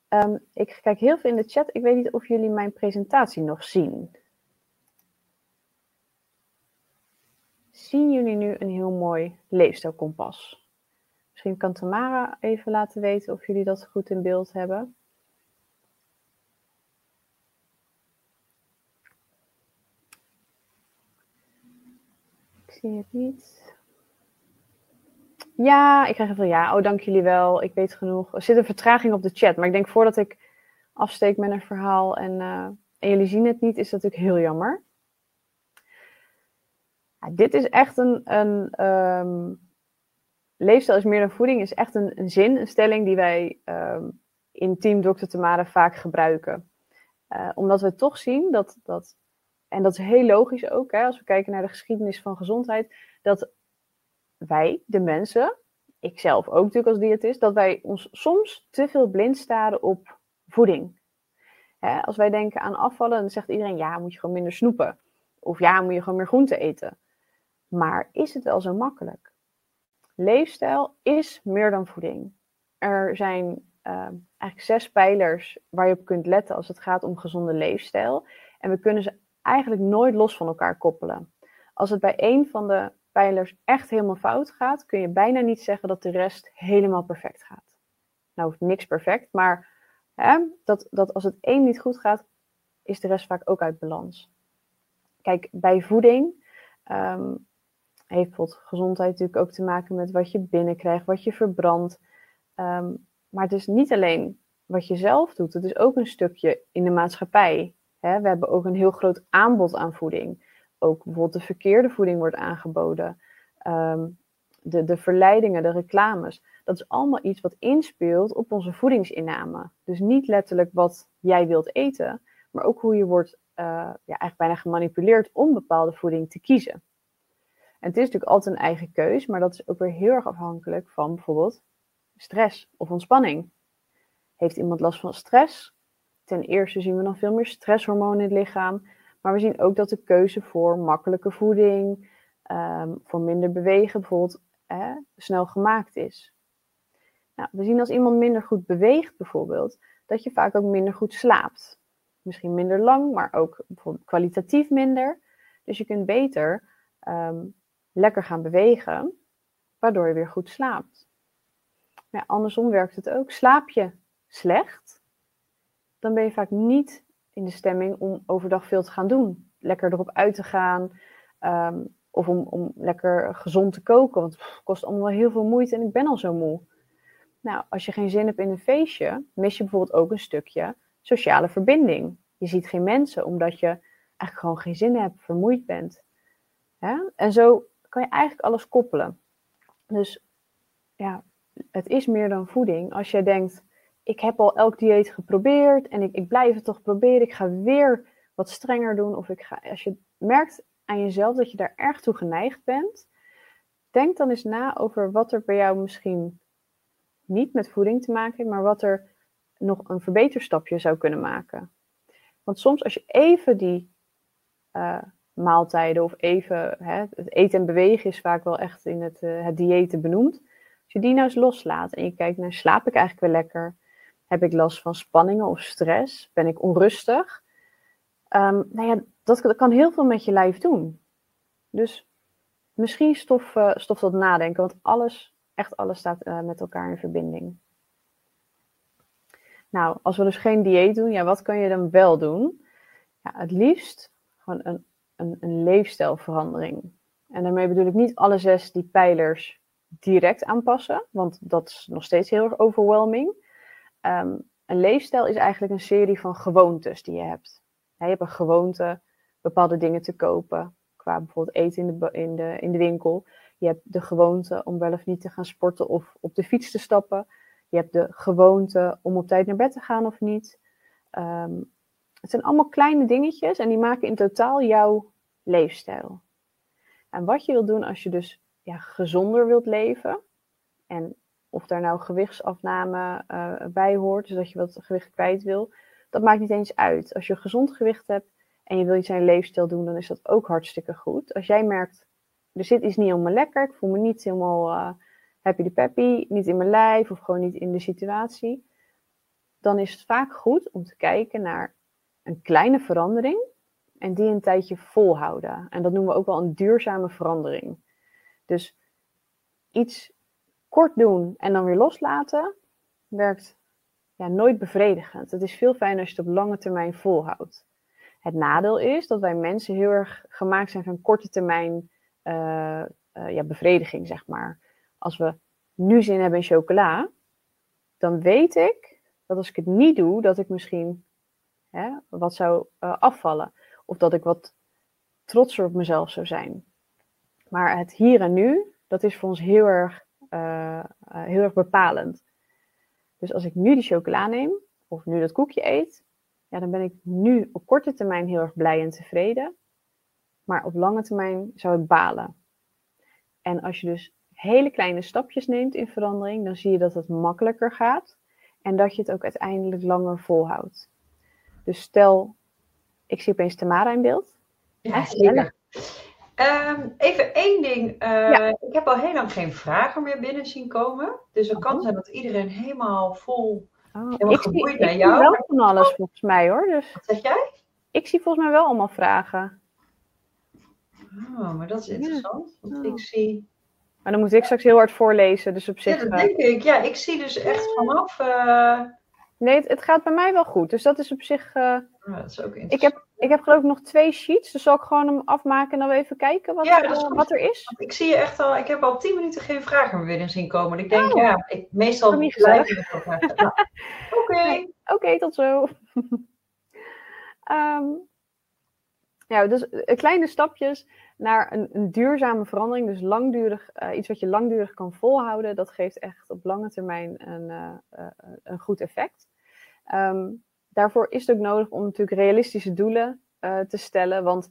Um, ik kijk heel veel in de chat. Ik weet niet of jullie mijn presentatie nog zien. Zien jullie nu een heel mooi leefstijlkompas? Misschien kan Tamara even laten weten of jullie dat goed in beeld hebben. Ik zie het niet. Ja, ik krijg even ja. Oh, dank jullie wel. Ik weet genoeg. Er zit een vertraging op de chat. Maar ik denk voordat ik afsteek met een verhaal en, uh, en jullie zien het niet, is dat natuurlijk heel jammer. Ja, dit is echt een... een um, leefstijl is meer dan voeding. Is echt een, een zin, een stelling die wij um, in Team dokter Tamara vaak gebruiken. Uh, omdat we toch zien dat... dat en dat is heel logisch ook, hè, als we kijken naar de geschiedenis van gezondheid, dat wij, de mensen, ikzelf ook natuurlijk als diëtist, dat wij ons soms te veel blind staren op voeding. Hè, als wij denken aan afvallen, dan zegt iedereen, ja, moet je gewoon minder snoepen. Of ja, moet je gewoon meer groente eten. Maar is het wel zo makkelijk? Leefstijl is meer dan voeding. Er zijn uh, eigenlijk zes pijlers waar je op kunt letten als het gaat om gezonde leefstijl. En we kunnen ze eigenlijk nooit los van elkaar koppelen. Als het bij één van de pijlers echt helemaal fout gaat, kun je bijna niet zeggen dat de rest helemaal perfect gaat. Nou, niks perfect, maar hè, dat, dat als het één niet goed gaat, is de rest vaak ook uit balans. Kijk, bij voeding um, heeft bijvoorbeeld gezondheid natuurlijk ook te maken met wat je binnenkrijgt, wat je verbrandt. Um, maar het is niet alleen wat je zelf doet, het is ook een stukje in de maatschappij. Hè, we hebben ook een heel groot aanbod aan voeding. Ook bijvoorbeeld de verkeerde voeding wordt aangeboden. Um, de, de verleidingen, de reclames. Dat is allemaal iets wat inspeelt op onze voedingsinname. Dus niet letterlijk wat jij wilt eten, maar ook hoe je wordt uh, ja, eigenlijk bijna gemanipuleerd om bepaalde voeding te kiezen. En het is natuurlijk altijd een eigen keus, maar dat is ook weer heel erg afhankelijk van bijvoorbeeld stress of ontspanning. Heeft iemand last van stress? Ten eerste zien we dan veel meer stresshormonen in het lichaam. Maar we zien ook dat de keuze voor makkelijke voeding, um, voor minder bewegen bijvoorbeeld, eh, snel gemaakt is. Nou, we zien als iemand minder goed beweegt bijvoorbeeld, dat je vaak ook minder goed slaapt. Misschien minder lang, maar ook bijvoorbeeld kwalitatief minder. Dus je kunt beter um, lekker gaan bewegen, waardoor je weer goed slaapt. Ja, andersom werkt het ook. Slaap je slecht, dan ben je vaak niet in de stemming om overdag veel te gaan doen. Lekker erop uit te gaan, um, of om, om lekker gezond te koken, want het kost allemaal wel heel veel moeite en ik ben al zo moe. Nou, als je geen zin hebt in een feestje, mis je bijvoorbeeld ook een stukje sociale verbinding. Je ziet geen mensen, omdat je eigenlijk gewoon geen zin hebt, vermoeid bent. Ja? En zo kan je eigenlijk alles koppelen. Dus ja, het is meer dan voeding. Als jij denkt, ik heb al elk dieet geprobeerd en ik, ik blijf het toch proberen, ik ga weer wat strenger doen. Of ik ga, als je merkt aan jezelf dat je daar erg toe geneigd bent, denk dan eens na over wat er bij jou misschien niet met voeding te maken heeft, maar wat er nog een verbeterstapje zou kunnen maken. Want soms als je even die uh, maaltijden of even, hè, het eten en bewegen is vaak wel echt in het, uh, het diëten benoemd. Als je die nou eens loslaat en je kijkt naar, slaap ik eigenlijk wel lekker? Heb ik last van spanningen of stress? Ben ik onrustig? Um, nou ja, dat, dat kan heel veel met je lijf doen. Dus misschien stof, uh, stof dat nadenken, want alles, echt alles staat uh, met elkaar in verbinding. Nou, als we dus geen dieet doen, ja, wat kan je dan wel doen? Ja, het liefst gewoon een, een, een leefstijlverandering. En daarmee bedoel ik niet alle zes die pijlers direct aanpassen, want dat is nog steeds heel erg overwhelming. Um, een leefstijl is eigenlijk een serie van gewoontes die je hebt. Ja, je hebt een gewoonte bepaalde dingen te kopen, qua bijvoorbeeld eten in de, in, de, in de winkel. Je hebt de gewoonte om wel of niet te gaan sporten of op de fiets te stappen. Je hebt de gewoonte om op tijd naar bed te gaan of niet. Um, het zijn allemaal kleine dingetjes en die maken in totaal jouw leefstijl. En wat je wilt doen als je dus ja, gezonder wilt leven, en of daar nou gewichtsafname uh, bij hoort, dus dat je wat gewicht kwijt wil, dat maakt niet eens uit. Als je gezond gewicht hebt en je wil iets aan je leefstijl doen, dan is dat ook hartstikke goed. Als jij merkt, er zit iets niet helemaal lekker, ik voel me niet helemaal uh, happy de peppy, niet in mijn lijf of gewoon niet in de situatie, dan is het vaak goed om te kijken naar een kleine verandering en die een tijdje volhouden. En dat noemen we ook wel een duurzame verandering. Dus iets kort doen en dan weer loslaten werkt ja, nooit bevredigend. Het is veel fijner als je het op lange termijn volhoudt. Het nadeel is dat wij mensen heel erg gemaakt zijn van korte termijn uh, uh, ja, bevrediging, zeg maar. Als we nu zin hebben in chocola, dan weet ik dat als ik het niet doe, dat ik misschien hè, wat zou uh, afvallen. Of dat ik wat trotser op mezelf zou zijn. Maar het hier en nu, dat is voor ons heel erg, uh, uh, heel erg bepalend. Dus als ik nu die chocola neem, of nu dat koekje eet, ja, dan ben ik nu op korte termijn heel erg blij en tevreden. Maar op lange termijn zou ik balen. En als je dus hele kleine stapjes neemt in verandering, dan zie je dat het makkelijker gaat. En dat je het ook uiteindelijk langer volhoudt. Dus stel, ik zie opeens Tamara in beeld. Ja, zeker. Um, even één ding. Uh, ja. Ik heb al heel lang geen vragen meer binnen zien komen. Dus het oh. kan zijn dat iedereen helemaal vol, oh, helemaal ik geboeid zie, naar ik jou. Ik zie wel van alles volgens mij hoor. Dus... Wat zeg jij? Ik zie volgens mij wel allemaal vragen. Oh, maar dat is interessant. Ja. Want oh. ik zie... Maar dan moet ik straks heel hard voorlezen. Dus op zich... Ja, dat denk ik. Ja, ik zie dus echt vanaf... Uh... Nee, het, het gaat bij mij wel goed. Dus dat is op zich... Uh... Oh, dat is ook interessant. Ik heb, ik heb geloof ik nog twee sheets. Dus zal ik gewoon hem afmaken en dan even kijken wat, ja, uh, wat er is. Want ik zie je echt al... Ik heb al tien minuten geen vragen meer binnen zien komen. En ik denk, oh. ja, ik, meestal blijf ik het wel vragen. Nou, Oké. Okay. Oké, okay, tot zo. um, ja, dus uh, kleine stapjes naar een, een duurzame verandering. Dus langdurig, uh, iets wat je langdurig kan volhouden. Dat geeft echt op lange termijn een, uh, uh, een goed effect. Um, daarvoor is het ook nodig om natuurlijk realistische doelen uh, te stellen. Want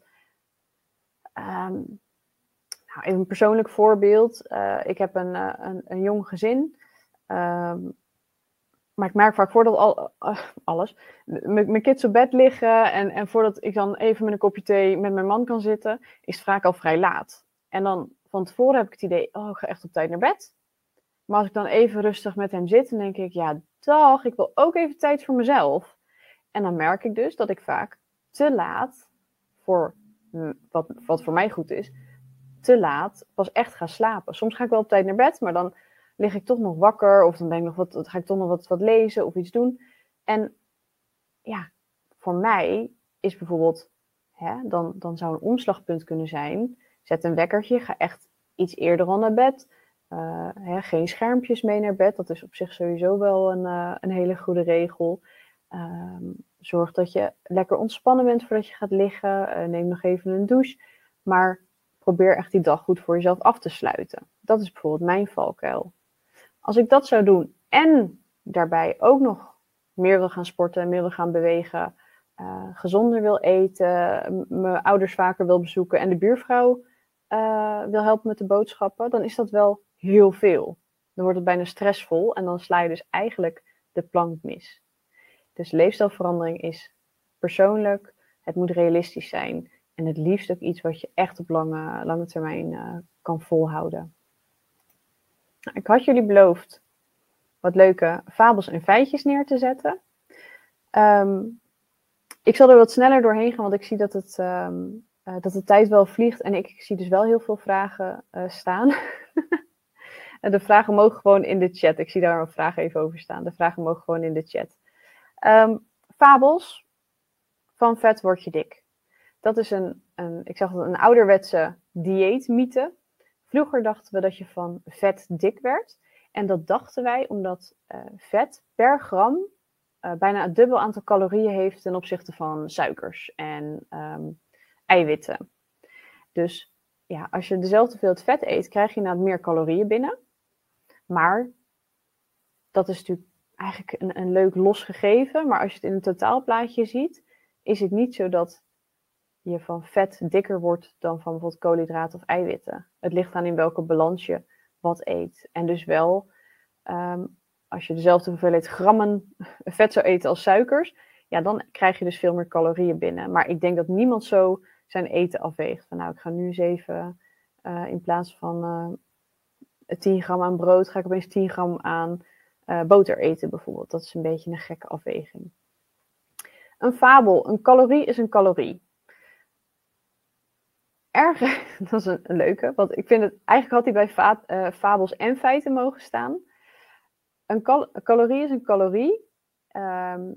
um, nou, even een persoonlijk voorbeeld. Uh, ik heb een, uh, een, een jong gezin. Um, maar ik merk vaak voordat al, uh, alles, mijn kids op bed liggen en, en voordat ik dan even met een kopje thee met mijn man kan zitten, is het vaak al vrij laat. En dan van tevoren heb ik het idee, oh, ik ga echt op tijd naar bed. Maar als ik dan even rustig met hem zit, dan denk ik, ja, dag, ik wil ook even tijd voor mezelf. En dan merk ik dus dat ik vaak te laat, voor wat, wat voor mij goed is, te laat pas echt ga slapen. Soms ga ik wel op tijd naar bed, maar dan lig ik toch nog wakker of dan ben ik nog wat, dan ga ik toch nog wat, wat lezen of iets doen. En ja, voor mij is bijvoorbeeld, hè, dan, dan zou een omslagpunt kunnen zijn, zet een wekkertje, ga echt iets eerder al naar bed. Uh, hè, geen schermpjes mee naar bed, dat is op zich sowieso wel een, uh, een hele goede regel. Uh, zorg dat je lekker ontspannen bent voordat je gaat liggen. Uh, neem nog even een douche. Maar probeer echt die dag goed voor jezelf af te sluiten. Dat is bijvoorbeeld mijn valkuil. Als ik dat zou doen en daarbij ook nog meer wil gaan sporten, meer wil gaan bewegen, uh, gezonder wil eten, mijn ouders vaker wil bezoeken en de buurvrouw uh, wil helpen met de boodschappen, dan is dat wel heel veel. Dan wordt het bijna stressvol en dan sla je dus eigenlijk de plank mis. Dus leefstijlverandering is persoonlijk, het moet realistisch zijn en het liefst ook iets wat je echt op lange, lange termijn uh, kan volhouden. Ik had jullie beloofd wat leuke fabels en feitjes neer te zetten. Um, ik zal er wat sneller doorheen gaan, want ik zie dat, het, um, uh, dat de tijd wel vliegt. En ik zie dus wel heel veel vragen uh, staan. En de vragen mogen gewoon in de chat. Ik zie daar een vraag even over staan. De vragen mogen gewoon in de chat. Um, fabels. Van vet word je dik. Dat is een, een, ik zeg dat een ouderwetse dieetmythe. Vroeger dachten we dat je van vet dik werd. En dat dachten wij omdat uh, vet per gram uh, bijna het dubbel aantal calorieën heeft ten opzichte van suikers en um, eiwitten. Dus ja, als je dezelfde hoeveelheid vet eet, krijg je inderdaad meer calorieën binnen. Maar dat is natuurlijk eigenlijk een, een leuk los gegeven. Maar als je het in een totaalplaatje ziet, is het niet zo dat je van vet dikker wordt dan van bijvoorbeeld koolhydraten of eiwitten. Het ligt aan in welke balans je wat eet. En dus wel, um, als je dezelfde hoeveelheid grammen vet zou eten als suikers, ja, dan krijg je dus veel meer calorieën binnen. Maar ik denk dat niemand zo zijn eten afweegt. Van nou, ik ga nu eens even, uh, in plaats van uh, tien gram aan brood, ga ik opeens tien gram aan uh, boter eten bijvoorbeeld. Dat is een beetje een gekke afweging. Een fabel, een calorie is een calorie. Erg, dat is een, een leuke, want ik vind het, eigenlijk had hij bij va- uh, fabels en feiten mogen staan. Een, cal- een calorie is een calorie. Um,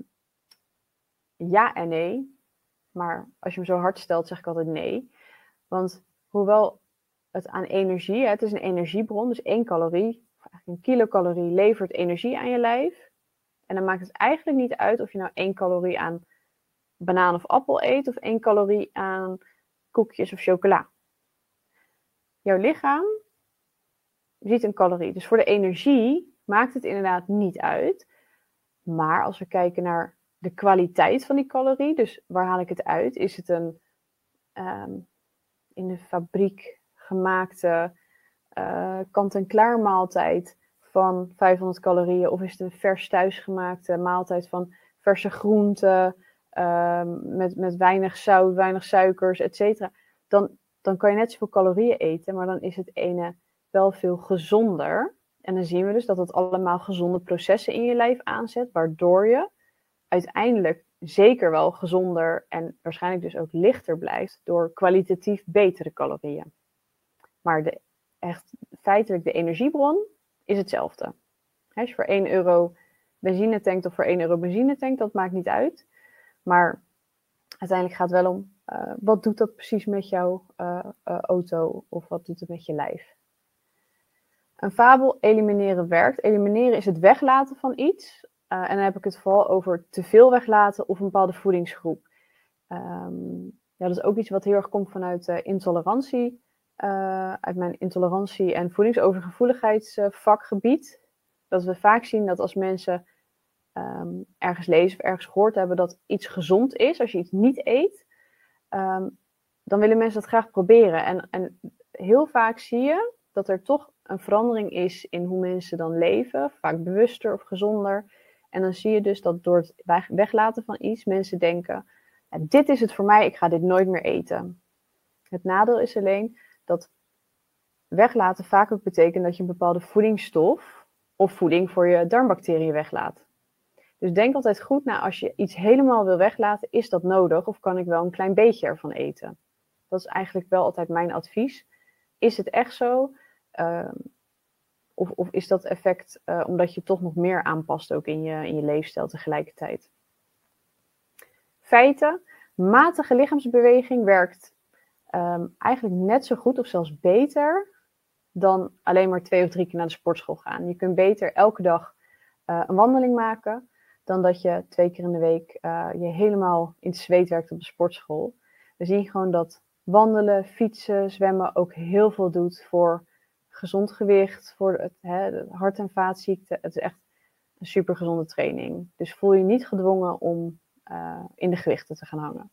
ja en nee. Maar als je hem zo hard stelt, zeg ik altijd nee. Want hoewel het aan energie, het is een energiebron, dus één calorie, of eigenlijk een kilocalorie, levert energie aan je lijf. En dan maakt het eigenlijk niet uit of je nou één calorie aan banaan of appel eet, of één calorie aan koekjes of chocola. Jouw lichaam ziet een calorie. Dus voor de energie maakt het inderdaad niet uit. Maar als we kijken naar de kwaliteit van die calorie, dus waar haal ik het uit? Is het een um, in de fabriek gemaakte uh, kant-en-klaar maaltijd van vijfhonderd calorieën, of is het een vers thuisgemaakte maaltijd van verse groenten, um, met, met weinig zout, weinig suikers, et cetera. Dan, dan kan je net zoveel calorieën eten, maar dan is het ene wel veel gezonder. En dan zien we dus dat het allemaal gezonde processen in je lijf aanzet, waardoor je uiteindelijk zeker wel gezonder en waarschijnlijk dus ook lichter blijft door kwalitatief betere calorieën. Maar de, echt feitelijk de energiebron is hetzelfde. Als je voor één euro benzine tankt of voor één euro benzine tankt, dat maakt niet uit. Maar uiteindelijk gaat het wel om, uh, wat doet dat precies met jouw uh, uh, auto of wat doet het met je lijf? Een fabel, elimineren werkt. Elimineren is het weglaten van iets. Uh, en dan heb ik het vooral over te veel weglaten of een bepaalde voedingsgroep. Um, ja, dat is ook iets wat heel erg komt vanuit uh, intolerantie. Uh, uit mijn intolerantie- en voedingsovergevoeligheidsvakgebied. Uh, dat we vaak zien dat als mensen um, ergens lezen of ergens gehoord hebben dat iets gezond is, als je iets niet eet, um, dan willen mensen dat graag proberen. En, en heel vaak zie je dat er toch een verandering is in hoe mensen dan leven, vaak bewuster of gezonder. En dan zie je dus dat door het weglaten van iets, mensen denken, ja, dit is het voor mij, ik ga dit nooit meer eten. Het nadeel is alleen dat weglaten vaak ook betekent dat je een bepaalde voedingsstof of voeding voor je darmbacteriën weglaat. Dus denk altijd goed na, als je iets helemaal wil weglaten, is dat nodig of kan ik wel een klein beetje ervan eten? Dat is eigenlijk wel altijd mijn advies. Is het echt zo? Uh, Of, of is dat effect uh, omdat je toch nog meer aanpast ook in je, in je leefstijl tegelijkertijd? Feiten. Matige lichaamsbeweging werkt um, eigenlijk net zo goed of zelfs beter dan alleen maar twee of drie keer naar de sportschool gaan. Je kunt beter elke dag uh, een wandeling maken dan dat je twee keer in de week uh, je helemaal in het zweet werkt op de sportschool. We zien gewoon dat wandelen, fietsen, zwemmen ook heel veel doet voor gezond gewicht, voor het hè, de hart- en vaatziekten. Het is echt een super gezonde training. Dus voel je niet gedwongen om uh, in de gewichten te gaan hangen.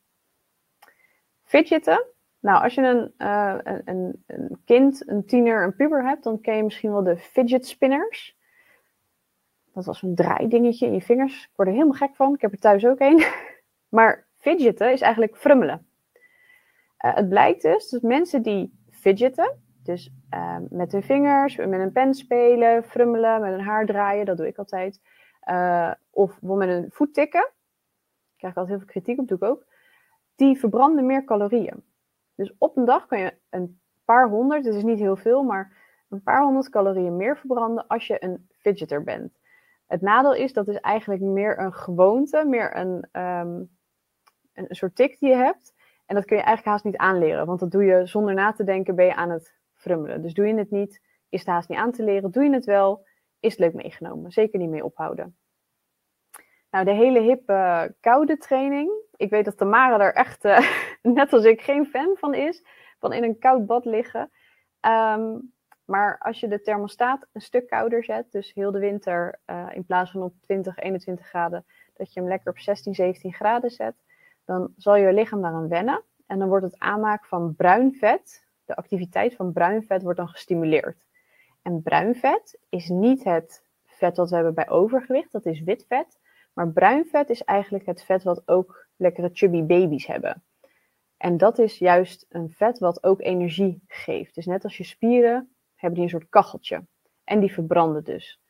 Fidgeten. Nou, als je een, uh, een, een kind, een tiener, een puber hebt, dan ken je misschien wel de fidget spinners. Dat was een draaidingetje in je vingers. Ik word er helemaal gek van. Ik heb er thuis ook een. Maar fidgeten is eigenlijk frummelen. Uh, het blijkt dus dat mensen die fidgeten, dus uh, met hun vingers, met een pen spelen, frummelen, met een haar draaien, dat doe ik altijd. Uh, of bijvoorbeeld met een voet tikken. Daar krijg ik altijd heel veel kritiek op, doe ik ook. Die verbranden meer calorieën. Dus op een dag kan je een paar honderd, het is niet heel veel, maar een paar honderd calorieën meer verbranden als je een fidgeter bent. Het nadeel is, dat is eigenlijk meer een gewoonte, meer een, um, een soort tik die je hebt. En dat kun je eigenlijk haast niet aanleren, want dat doe je zonder na te denken, ben je aan het frummelen. Dus doe je het niet, is het haast niet aan te leren. Doe je het wel, is het leuk meegenomen. Zeker niet mee ophouden. Nou, de hele hippe uh, koude training. Ik weet dat Tamara er echt, uh, net als ik, geen fan van is. Van in een koud bad liggen. Um, maar als je de thermostaat een stuk kouder zet, dus heel de winter uh, in plaats van op twintig, eenentwintig graden, dat je hem lekker op zestien, zeventien graden zet, dan zal je lichaam daaraan wennen. En dan wordt het aanmaken van bruin vet, de activiteit van bruin vet wordt dan gestimuleerd. En bruin vet is niet het vet wat we hebben bij overgewicht, dat is wit vet. Maar bruin vet is eigenlijk het vet wat ook lekkere chubby baby's hebben. En dat is juist een vet wat ook energie geeft. Dus net als je spieren hebben die een soort kacheltje. En die verbranden dus.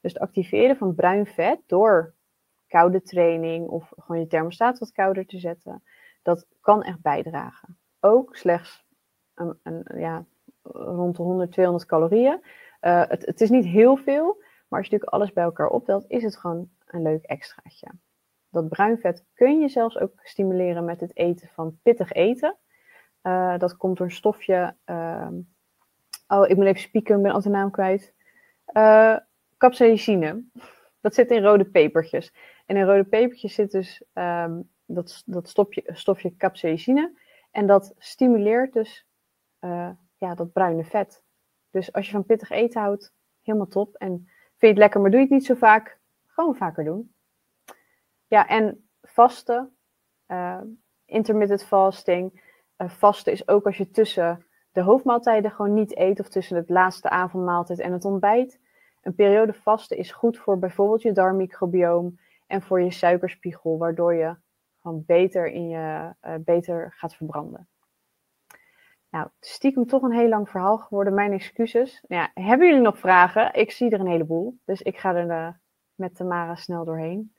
Dus het activeren van bruin vet door koude training of gewoon je thermostaat wat kouder te zetten, dat kan echt bijdragen. Ook slechts een, een, ja, rond de honderd, tweehonderd calorieën. Uh, het, het is niet heel veel, maar als je natuurlijk alles bij elkaar optelt, is het gewoon een leuk extraatje. Dat bruin vet kun je zelfs ook stimuleren met het eten van pittig eten. Uh, dat komt door een stofje. Uh, oh, ik moet even spieken, ik ben altijd de naam kwijt. Uh, capsaicine. Dat zit in rode pepertjes. En in rode pepertjes zit dus um, dat, dat stofje, stofje capsaicine. En dat stimuleert dus uh, ja, dat bruine vet. Dus als je van pittig eten houdt, helemaal top. En vind je het lekker, maar doe je het niet zo vaak, gewoon vaker doen. Ja, en vasten, uh, intermittent fasting. Uh, vasten is ook als je tussen de hoofdmaaltijden gewoon niet eet, of tussen het laatste avondmaaltijd en het ontbijt. Een periode vasten is goed voor bijvoorbeeld je darmmicrobioom en voor je suikerspiegel, waardoor je gewoon beter, in je, uh, beter gaat verbranden. Nou, stiekem toch een heel lang verhaal geworden, mijn excuses. Nou ja, hebben jullie nog vragen? Ik zie er een heleboel, dus ik ga er uh, met Tamara snel doorheen.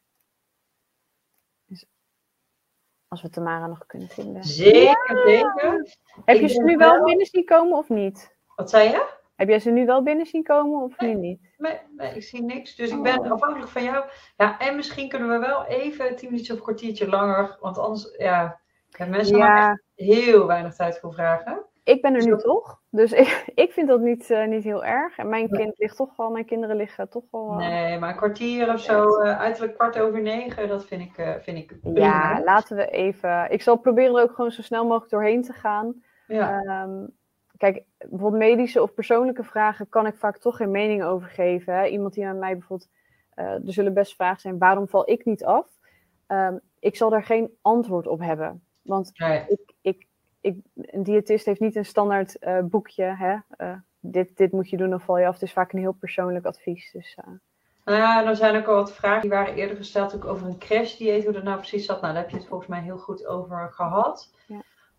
Dus als we Tamara nog kunnen vinden. Zeker, ja. zeker. Heb je ze nu wel, wel binnen zien komen of niet? Wat zei je? Heb jij ze nu wel binnen zien komen of nee, nu niet? Nee, nee, ik zie niks. Dus oh. ik ben afhankelijk van jou. Ja, en misschien kunnen we wel even tien minuutjes of een kwartiertje langer. Want anders, ja, hebben mensen ja. echt heel weinig tijd voor vragen. Ik ben er nu toch, dus ik, ik vind dat niet, uh, niet heel erg. En mijn kind ligt toch al, mijn kinderen liggen toch al... Uh... Nee, maar een kwartier of zo, uh, uiterlijk kwart over negen, dat vind ik, uh, vind ik prima. Ja, laten we even... Ik zal proberen er ook gewoon zo snel mogelijk doorheen te gaan. Ja. Um, kijk, bijvoorbeeld medische of persoonlijke vragen kan ik vaak toch geen mening over geven. Hè? Iemand die aan mij bijvoorbeeld... Uh, er zullen best vragen zijn, waarom val ik niet af? Um, ik zal daar geen antwoord op hebben. Want nee. ik... ik Ik, een diëtist heeft niet een standaard uh, boekje. Hè? Uh, dit, dit moet je doen of val je af. Het is vaak een heel persoonlijk advies. Dus, uh... Nou ja, er zijn ook al wat vragen die waren eerder gesteld ook over een crashdieet. Hoe dat nou precies zat. Nou, daar heb je het volgens mij heel goed over gehad. Ja.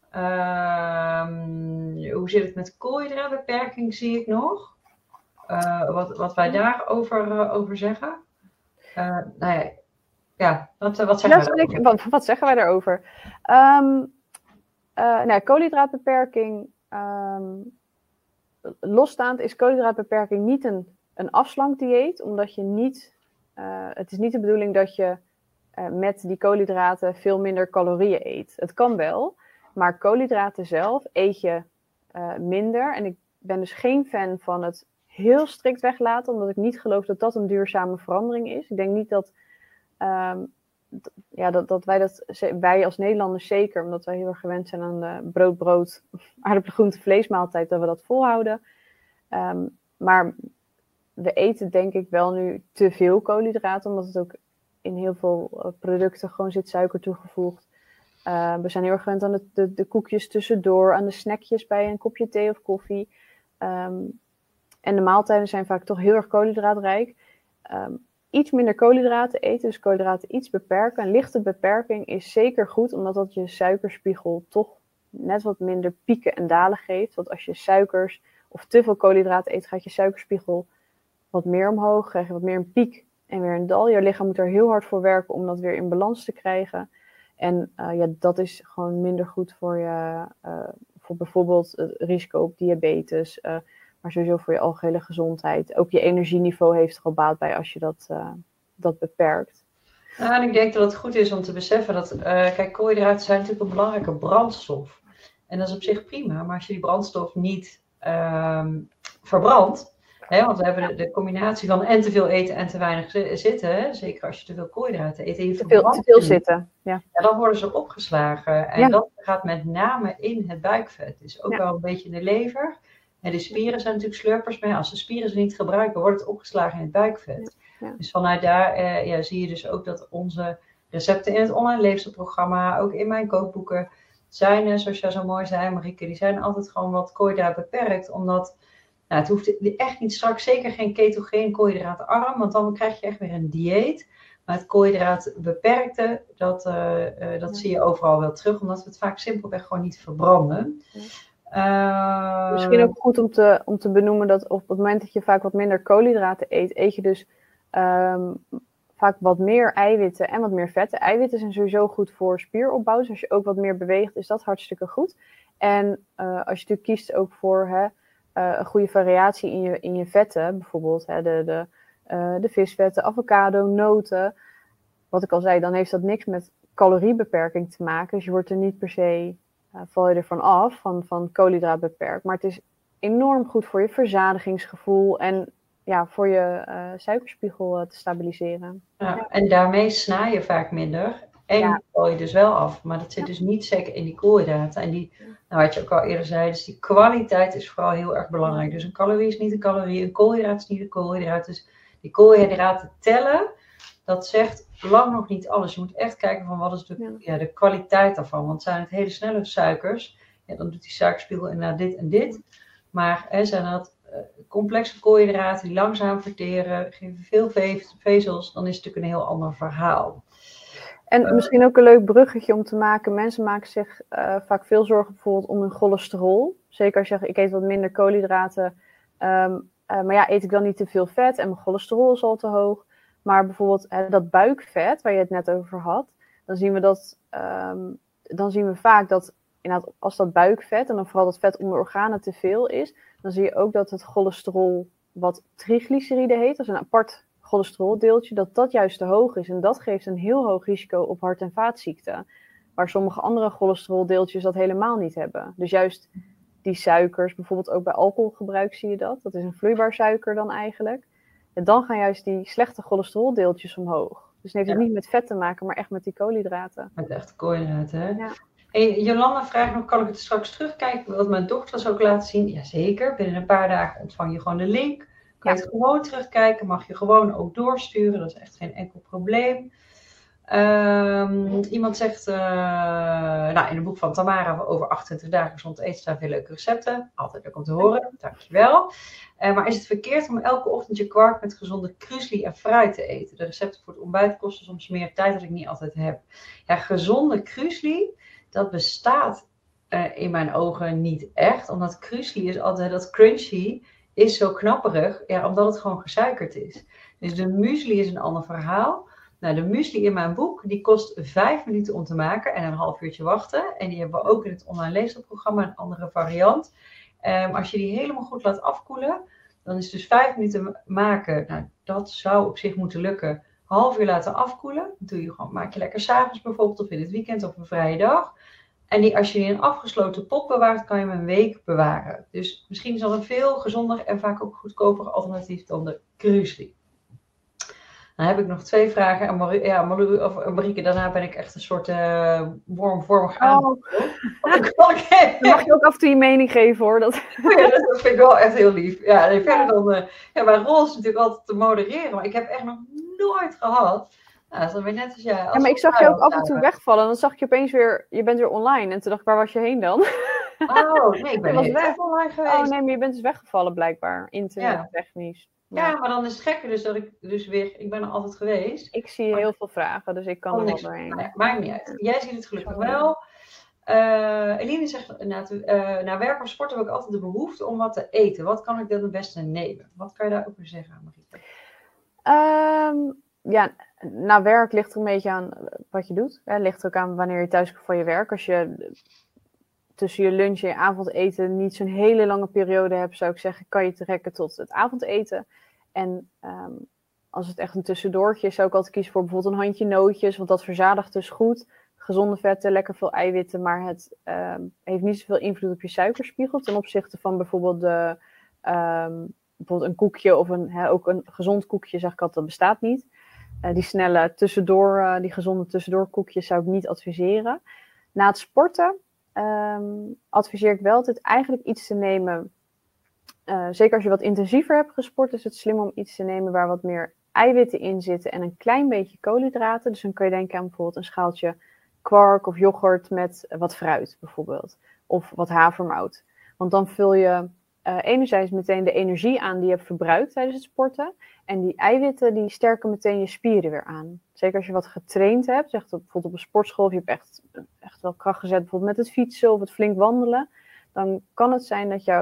Uh, hoe zit het met koolhydraatbeperking, zie ik nog. Uh, wat, wat wij daarover uh, over zeggen. Uh, nou ja, ja wat, wat zeggen ja, wij daarover? Ik, wat, wat zeggen wij daarover? Um, Uh, nou, koolhydraatbeperking, um, losstaand is koolhydraatbeperking niet een, een afslankdieet, omdat je niet, uh, het is niet de bedoeling dat je uh, met die koolhydraten veel minder calorieën eet. Het kan wel, maar koolhydraten zelf eet je uh, minder. En ik ben dus geen fan van het heel strikt weglaten, omdat ik niet geloof dat dat een duurzame verandering is. Ik denk niet dat... Um, Ja, dat, dat wij dat, wij als Nederlanders zeker, omdat wij heel erg gewend zijn aan de brood, brood, aardappelen, groente, vleesmaaltijd, dat we dat volhouden. Um, maar we eten denk ik wel nu te veel koolhydraten, omdat het ook in heel veel producten gewoon zit suiker toegevoegd. Uh, we zijn heel erg gewend aan de, de, de koekjes tussendoor, aan de snackjes bij een kopje thee of koffie. Um, en de maaltijden zijn vaak toch heel erg koolhydraatrijk. Um, Iets minder koolhydraten eten, dus koolhydraten iets beperken. Een lichte beperking is zeker goed, omdat dat je suikerspiegel toch net wat minder pieken en dalen geeft. Want als je suikers of te veel koolhydraten eet, gaat je suikerspiegel wat meer omhoog. Krijg je wat meer een piek en weer een dal. Je lichaam moet er heel hard voor werken om dat weer in balans te krijgen. En uh, ja, dat is gewoon minder goed voor je, uh, voor bijvoorbeeld het risico op diabetes, uh, maar sowieso voor je algehele gezondheid. Ook je energieniveau heeft er al baat bij als je dat, uh, dat beperkt. Ja, en ik denk dat het goed is om te beseffen dat, uh, kijk, koolhydraten zijn natuurlijk een belangrijke brandstof. En dat is op zich prima, maar als je die brandstof niet uh, verbrandt, hè, want we hebben de, de combinatie van en te veel eten en te weinig zitten, hè, zeker als je te veel koolhydraten eet en je te veel, te veel zitten, ja. Ja, dan worden ze opgeslagen. En ja. dat gaat met name in het buikvet. Dus ook ja. wel een beetje in de lever. En de spieren zijn natuurlijk slurpers, maar ja, als de spieren ze niet gebruiken, wordt het opgeslagen in het buikvet. Ja. Ja. Dus vanuit daar eh, ja, zie je dus ook dat onze recepten in het online leefstijlprogramma, ook in mijn kookboeken, zijn, eh, zoals jij zo mooi zei, Marieke, die zijn altijd gewoon wat koolhydraat beperkt. Omdat, nou, het hoeft echt niet straks, zeker geen ketogeen koolhydraatarm, want dan krijg je echt weer een dieet. Maar het koolhydraat beperkte, dat, uh, uh, dat ja. zie je overal wel terug, omdat we het vaak simpelweg gewoon niet verbranden. Ja. Uh, Misschien ook goed om te, om te benoemen dat op het moment dat je vaak wat minder koolhydraten eet, eet je dus Um, vaak wat meer eiwitten en wat meer vetten. Eiwitten zijn sowieso goed voor spieropbouw. Dus als je ook wat meer beweegt, is dat hartstikke goed. En uh, als je natuurlijk kiest ook voor hè, uh, een goede variatie in je, in je vetten. Bijvoorbeeld hè, de, de, uh, de visvetten, avocado, noten. Wat ik al zei, dan heeft dat niks met caloriebeperking te maken. Dus je wordt er niet per se, uh, val je ervan af, van, van koolhydraatbeperkt. Maar het is enorm goed voor je verzadigingsgevoel en ja, voor je uh, suikerspiegel uh, te stabiliseren. Ja, ja. En daarmee sna je vaak minder. En ja. val je dus wel af. Maar dat zit ja. dus niet zeker in die koolhydraten. En die, nou wat je ook al eerder zei, dus die kwaliteit is vooral heel erg belangrijk. Dus een calorie is niet een calorie, een koolhydraat is niet een koolhydraat. Dus die koolhydraten tellen, dat zegt lang nog niet alles. Je moet echt kijken van wat is de, ja. Ja, de kwaliteit daarvan. Want zijn het hele snelle suikers, ja, dan doet die suikerspiegel inderdaad dit en dit. Maar hè, zijn dat uh, complexe koolhydraten die langzaam verteren, geven veel vezels, dan is het natuurlijk een heel ander verhaal. En uh, misschien ook een leuk bruggetje om te maken. Mensen maken zich uh, vaak veel zorgen bijvoorbeeld om hun cholesterol. Zeker als je zegt, ik eet wat minder koolhydraten. Um, uh, maar ja, eet ik dan niet te veel vet en mijn cholesterol is al te hoog. Maar bijvoorbeeld hè, dat buikvet, waar je het net over had, dan zien we, dat, um, dan zien we vaak dat inderdaad, als dat buikvet, en dan vooral dat vet onder organen te veel is, dan zie je ook dat het cholesterol, wat triglyceride heet, dat is een apart cholesteroldeeltje, dat dat juist te hoog is. En dat geeft een heel hoog risico op hart- en vaatziekten. Waar sommige andere cholesteroldeeltjes dat helemaal niet hebben. Dus juist die suikers, bijvoorbeeld ook bij alcoholgebruik zie je dat. Dat is een vloeibaar suiker dan eigenlijk. En dan gaan juist die slechte cholesteroldeeltjes omhoog. Dus het heeft het ja. niet met vet te maken, maar echt met die koolhydraten. Met echte koolhydraten, hè? Ja. Hey, Jolanda vraagt nog, kan ik het straks terugkijken? Wat mijn dochters ook laten zien? Jazeker, binnen een paar dagen ontvang je gewoon de link. Kan je ja. het gewoon terugkijken, mag je gewoon ook doorsturen. Dat is echt geen enkel probleem. Um, iemand zegt, uh, nou in het boek van Tamara over achtentwintig dagen gezond eten staan veel leuke recepten. Altijd leuk om te horen, dankjewel. Uh, maar is het verkeerd om elke ochtend je kwark met gezonde krusli en fruit te eten? De recepten voor het ontbijt kosten soms meer tijd dan ik niet altijd heb. Ja, gezonde krusli, dat bestaat uh, in mijn ogen niet echt. Omdat krusli is altijd, dat crunchy is zo knapperig, ja, omdat het gewoon gesuikerd is. Dus de muesli is een ander verhaal. Nou, de muesli in mijn boek, die kost vijf minuten om te maken en een half uurtje wachten. En die hebben we ook in het online leesprogramma, een andere variant. Um, als je die helemaal goed laat afkoelen, dan is dus vijf minuten maken. Nou, dat zou op zich moeten lukken. Half uur laten afkoelen. Dat doe je gewoon, maak je lekker 's avonds bijvoorbeeld, of in het weekend of een vrije dag. En die, als je die in een afgesloten pot bewaart, kan je hem een week bewaren. Dus misschien is dat een veel gezonder en vaak ook goedkoper alternatief dan de krusli. Dan heb ik nog twee vragen. En Marie, ja, Marie, of Marieke, daarna ben ik echt een soort uh, wormvormig aan. Oh. Dan mag je ook af en toe je mening geven, hoor. Dat... Ja, dat vind ik wel echt heel lief. Ja, en verder dan, uh, ja, mijn rol is natuurlijk altijd te modereren. Maar ik heb echt nog nooit gehad. Nou, dat is dan weer net als jij. Als ja, maar ik zag je ook af en toe wegvallen. Dan zag je opeens weer, je bent weer online. En toen dacht ik, waar was je heen dan? Oh, nee, ik ben niet weg online geweest. Oh nee, maar je bent dus weggevallen blijkbaar. Internettechnisch. Ja. ja, maar dan is het gekke dus dat ik dus weer, ik ben er altijd geweest. Ik zie maar... heel veel vragen, dus ik kan er wel doorheen. Nou ja, maakt niet uit. Jij ziet het gelukkig wel. Uh, Eline zegt, na, te, uh, na werk of sport heb ik altijd de behoefte om wat te eten. Wat kan ik dan het beste nemen? Wat kan je daar ook weer zeggen, Marieke? Um, ja, na werk ligt er een beetje aan wat je doet. Het ligt ook aan wanneer je thuis komt van je werk. Als je tussen je lunch en je avondeten niet zo'n hele lange periode hebt, zou ik zeggen, kan je trekken tot het avondeten. En um, als het echt een tussendoortje is, zou ik altijd kiezen voor bijvoorbeeld een handje nootjes, want dat verzadigt dus goed. Gezonde vetten, lekker veel eiwitten, maar het um, heeft niet zoveel invloed op je suikerspiegel ten opzichte van bijvoorbeeld, de, um, bijvoorbeeld een koekje of een, he, ook een gezond koekje, zeg ik altijd, dat bestaat niet. Uh, die snelle tussendoor, uh, die gezonde tussendoor koekjes zou ik niet adviseren. Na het sporten um, adviseer ik wel altijd eigenlijk iets te nemen. Uh, zeker als je wat intensiever hebt gesport, is het slim om iets te nemen waar wat meer eiwitten in zitten en een klein beetje koolhydraten. Dus dan kun je denken aan bijvoorbeeld een schaaltje kwark of yoghurt met wat fruit bijvoorbeeld. Of wat havermout. Want dan vul je uh, enerzijds meteen de energie aan die je hebt verbruikt tijdens het sporten. En die eiwitten die sterken meteen je spieren weer aan. Zeker als je wat getraind hebt, zeg bijvoorbeeld op een sportschool, of je hebt echt, echt wel kracht gezet bijvoorbeeld met het fietsen of het flink wandelen. Dan kan het zijn dat jouw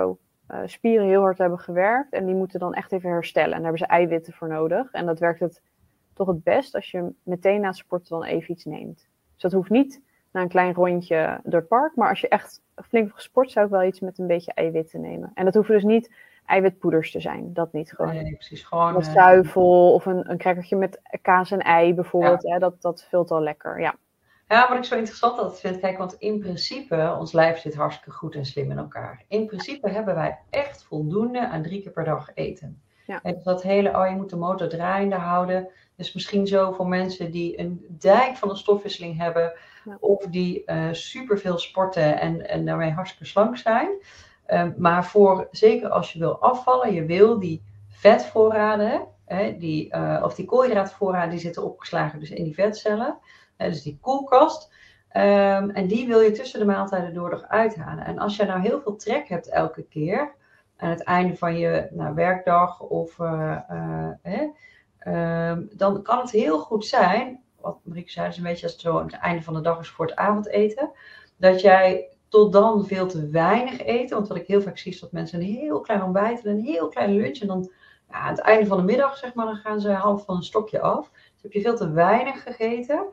uh, spieren heel hard hebben gewerkt. En die moeten dan echt even herstellen. En daar hebben ze eiwitten voor nodig. En dat werkt het toch het best als je meteen na het sporten dan even iets neemt. Dus dat hoeft niet na een klein rondje door het park. Maar als je echt flink hebt gesport, zou ik wel iets met een beetje eiwitten nemen. En dat hoeven dus niet eiwitpoeders te zijn. Dat niet. Gewoon nee, precies. Gewoon met uh, zuivel of een, een crackertje met kaas en ei bijvoorbeeld. Ja. Hè, dat, dat vult al lekker, ja. Ja, wat ik zo interessant altijd vind, kijk, want in principe, ons lijf zit hartstikke goed en slim in elkaar. In principe hebben wij echt voldoende aan drie keer per dag eten. Ja. En dat hele, oh je moet de motor draaiende houden, dus misschien zo voor mensen die een dijk van een stofwisseling hebben, ja. Of die uh, superveel sporten en, en daarmee hartstikke slank zijn. Um, maar voor, zeker als je wil afvallen, je wil die vetvoorraden, hè, die, uh, of die koolhydraatvoorraden, die zitten opgeslagen dus in die vetcellen. Uh, dus die koelkast. Um, en die wil je tussen de maaltijden door nog uithalen. En als je nou heel veel trek hebt elke keer, aan het einde van je nou, werkdag, of, uh, uh, hè, um, dan kan het heel goed zijn, wat Marieke zei, is een beetje als het zo aan het einde van de dag is voor het avondeten, dat jij tot dan veel te weinig eten. Want wat ik heel vaak zie is dat mensen een heel klein ontbijt en een heel klein lunch. En dan ja, aan het einde van de middag, zeg maar, dan gaan ze half van een stokje af. Dus heb je veel te weinig gegeten.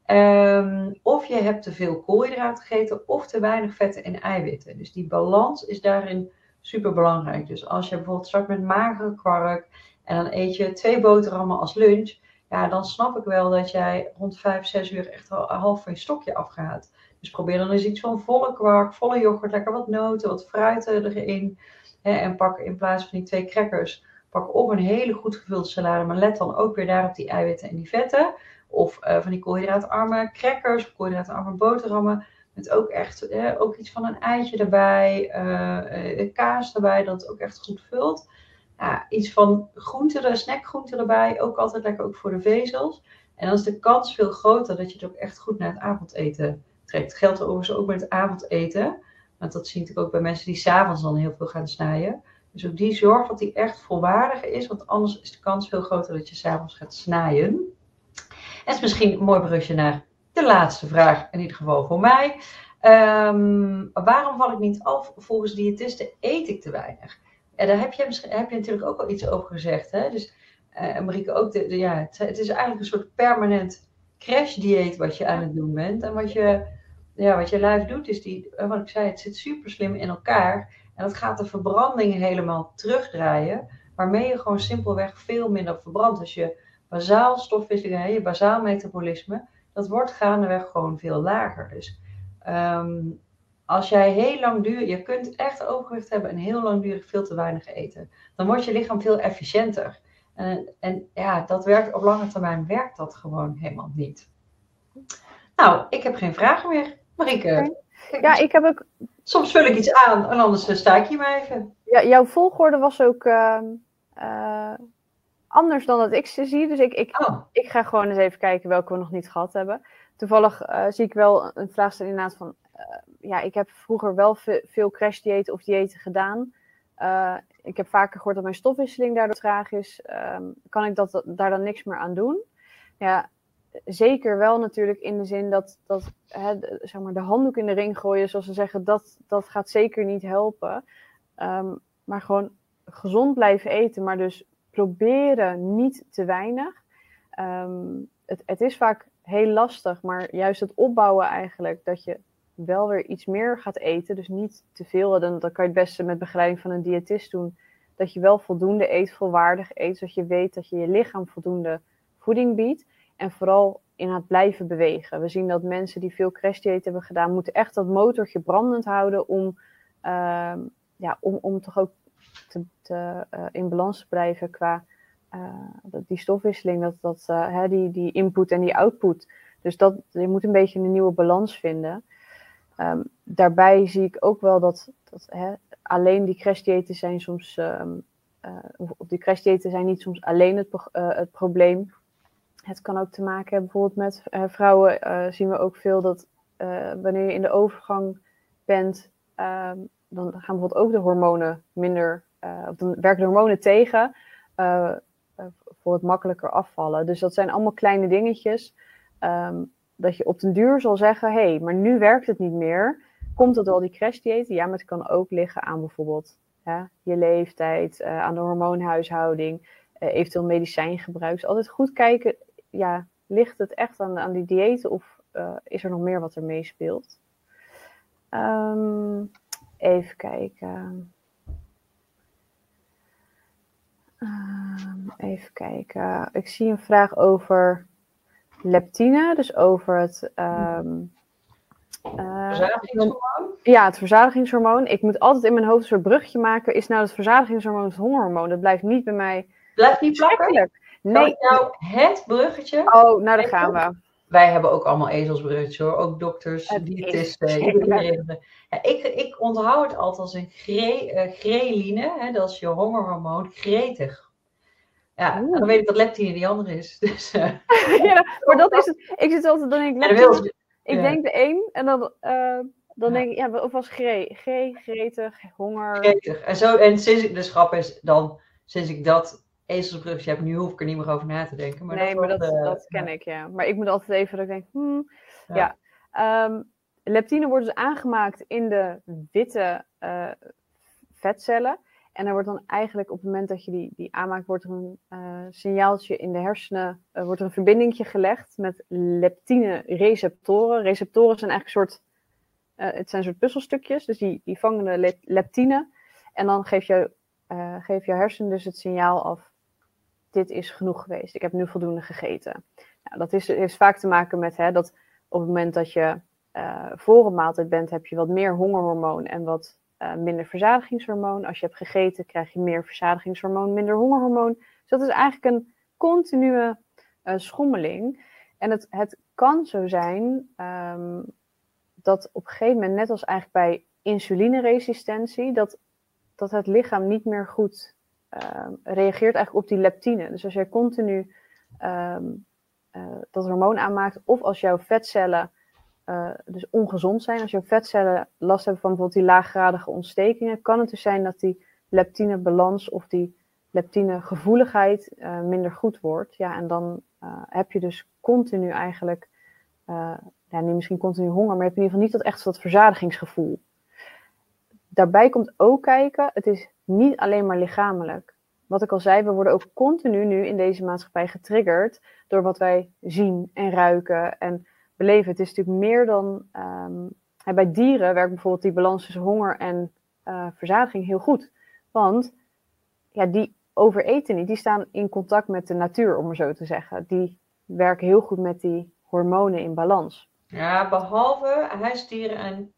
Um, of je hebt te veel koolhydraten gegeten of te weinig vetten en eiwitten. Dus die balans is daarin super belangrijk. Dus als je bijvoorbeeld start met magere kwark en dan eet je twee boterhammen als lunch. Ja, dan snap ik wel dat jij rond vijf, zes uur echt al half van je stokje afgaat. Dus probeer dan eens iets van volle kwark, volle yoghurt, lekker wat noten, wat fruiten erin. Hè, en pak in plaats van die twee crackers, pak op een hele goed gevulde salade. Maar let dan ook weer daar op die eiwitten en die vetten. Of uh, van die koolhydraatarme crackers, koolhydraatarme boterhammen. Met ook echt eh, ook iets van een eitje erbij, uh, uh, kaas erbij, dat het ook echt goed vult. Ja, iets van groenten, snackgroenten erbij, ook altijd lekker ook voor de vezels. En dan is de kans veel groter dat je het ook echt goed naar het avondeten trekt. Geldt overigens ook met het avondeten. Want dat zie ik ook bij mensen die 's avonds dan heel veel gaan snijden. Dus ook die zorg dat die echt volwaardig is. Want anders is de kans veel groter dat je 's avonds gaat snijden. Het is misschien een mooi brugje naar de laatste vraag. In ieder geval voor mij. Um, waarom val ik niet af? Volgens diëtisten eet ik te weinig. En daar heb je, heb je natuurlijk ook al iets over gezegd. Hè? Dus uh, Marieke ook. De, de, ja, het, het is eigenlijk een soort permanent crashdieet wat je aan het doen bent. En wat je, ja, wat je lijf doet is, die, wat ik zei, het zit super slim in elkaar. En dat gaat de verbranding helemaal terugdraaien. Waarmee je gewoon simpelweg veel minder verbrandt. Als je bazaal stofwisseling, je bazaal metabolisme, dat wordt gaandeweg gewoon veel lager. Dus um, als jij heel langdurig, je kunt echt overgewicht hebben en heel langdurig veel te weinig eten. Dan wordt je lichaam veel efficiënter. En, en ja, dat werkt op lange termijn werkt dat gewoon helemaal niet. Nou, ik heb geen vragen meer. Marieke. Okay. Ja, ik heb ook... Soms vul ik iets aan en anders sta ik hier maar even. Ja, jouw volgorde was ook uh, uh, anders dan dat ik ze zie. Dus ik, ik, oh. ik ga gewoon eens even kijken welke we nog niet gehad hebben. Toevallig uh, zie ik wel een vraagstuk inderdaad van... Uh, ja, ik heb vroeger wel ve- veel crashdiëten of diëten gedaan. Uh, ik heb vaker gehoord dat mijn stofwisseling daardoor traag is. Um, kan ik dat, daar dan niks meer aan doen? Ja, zeker wel natuurlijk in de zin dat, dat hè, de, zeg maar de handdoek in de ring gooien, zoals ze zeggen, dat, dat gaat zeker niet helpen. Um, maar gewoon gezond blijven eten, maar dus proberen niet te weinig. Um, het, het is vaak heel lastig, maar juist het opbouwen eigenlijk, dat je wel weer iets meer gaat eten, dus niet te veel. Dan, dan kan je het beste met begeleiding van een diëtist doen, dat je wel voldoende eet, volwaardig eet, zodat je weet dat je je lichaam voldoende voeding biedt. En vooral in het blijven bewegen. We zien dat mensen die veel crashdieet hebben gedaan, moeten echt dat motortje brandend houden om, uh, ja, om, om toch ook te, te, uh, in balans te blijven qua uh, die stofwisseling, dat, dat, uh, hè, die, die input en die output. Dus dat, je moet een beetje een nieuwe balans vinden. Um, daarbij zie ik ook wel dat, dat hè, alleen die crashdiëten zijn soms, um, uh, of die crashdiëten zijn niet soms alleen het, uh, het probleem. Het kan ook te maken hebben bijvoorbeeld met uh, vrouwen uh, zien we ook veel dat uh, wanneer je in de overgang bent, uh, dan gaan bijvoorbeeld ook de hormonen minder, uh, of dan werken de hormonen tegen uh, uh, voor het makkelijker afvallen. Dus dat zijn allemaal kleine dingetjes. Um, dat je op den duur zal zeggen, hé, hey, maar nu werkt het niet meer. Komt dat wel die crashdiëten? Ja, maar het kan ook liggen aan bijvoorbeeld hè, je leeftijd, uh, aan de hormoonhuishouding, uh, eventueel medicijngebruik. Dus altijd goed kijken, ja, ligt het echt aan, aan die diëten of uh, is er nog meer wat er meespeelt? Um, even kijken. Um, even kijken. Ik zie een vraag over leptine, dus over het... Um, uh, verzadigingshormoon? Ja, het verzadigingshormoon. Ik moet altijd in mijn hoofd een soort brugje maken. Is nou het verzadigingshormoon het hongerhormoon? Dat blijft niet bij mij... Blijft niet plakken? Nee. Nou, het bruggetje... Oh, nou daar gaan we. Wij hebben ook allemaal ezelsbruggetjes hoor. Ook dokters, diëtisten. Iedereen. Ja, ik, ik onthoud het altijd als een gre, uh, greline. Hè, dat is je hongerhormoon. Gretig. Ja, en dan weet ik dat leptine die andere is. Dus, uh, ja, maar dat is het. Ik zit altijd, dan denk ik, leptine, ik ja. denk de een en dan, uh, dan ja. denk ik, ja, of was gre, gre, gretig, honger. Gretig. En, zo, en sinds ik, de grap is dan, sinds ik dat ezelsbruggetje heb, nu hoef ik er niet meer over na te denken. Maar nee, dat maar dat, de, dat ken ja. ik, ja. Maar ik moet altijd even, dat ik denk, hmm, ja. ja. Um, leptine wordt dus aangemaakt in de witte uh, vetcellen. En er wordt dan eigenlijk op het moment dat je die, die aanmaakt, wordt er een uh, signaaltje in de hersenen, uh, wordt er een verbindingje gelegd met leptine-receptoren. Receptoren zijn eigenlijk een soort, uh, het zijn een soort puzzelstukjes, dus die, die vangen de le- leptine. En dan geeft je, uh, geeft je hersen dus het signaal af, dit is genoeg geweest, ik heb nu voldoende gegeten. Nou, dat is, heeft vaak te maken met hè, dat op het moment dat je uh, voor een maaltijd bent, heb je wat meer hongerhormoon en wat Uh, minder verzadigingshormoon. Als je hebt gegeten, krijg je meer verzadigingshormoon, minder hongerhormoon. Dus dat is eigenlijk een continue uh, schommeling. En het, het kan zo zijn um, dat op een gegeven moment, net als eigenlijk bij insulineresistentie, dat, dat het lichaam niet meer goed uh, reageert eigenlijk op die leptine. Dus als jij continu um, uh, dat hormoon aanmaakt, of als jouw vetcellen Uh, dus ongezond zijn. Als je vetcellen last hebben van bijvoorbeeld die laaggradige ontstekingen, kan het dus zijn dat die leptinebalans of die leptinegevoeligheid uh, minder goed wordt. Ja, en dan uh, heb je dus continu eigenlijk, uh, ja, niet misschien continu honger, maar heb je in ieder geval niet dat echt dat verzadigingsgevoel. Daarbij komt ook kijken, het is niet alleen maar lichamelijk. Wat ik al zei, we worden ook continu nu in deze maatschappij getriggerd door wat wij zien en ruiken en beleven. Het is natuurlijk meer dan... Um, bij dieren werkt bijvoorbeeld die balans tussen honger en uh, verzadiging heel goed. Want ja, die overeten niet. Die staan in contact met de natuur, om maar zo te zeggen. Die werken heel goed met die hormonen in balans. Ja, behalve huisdieren en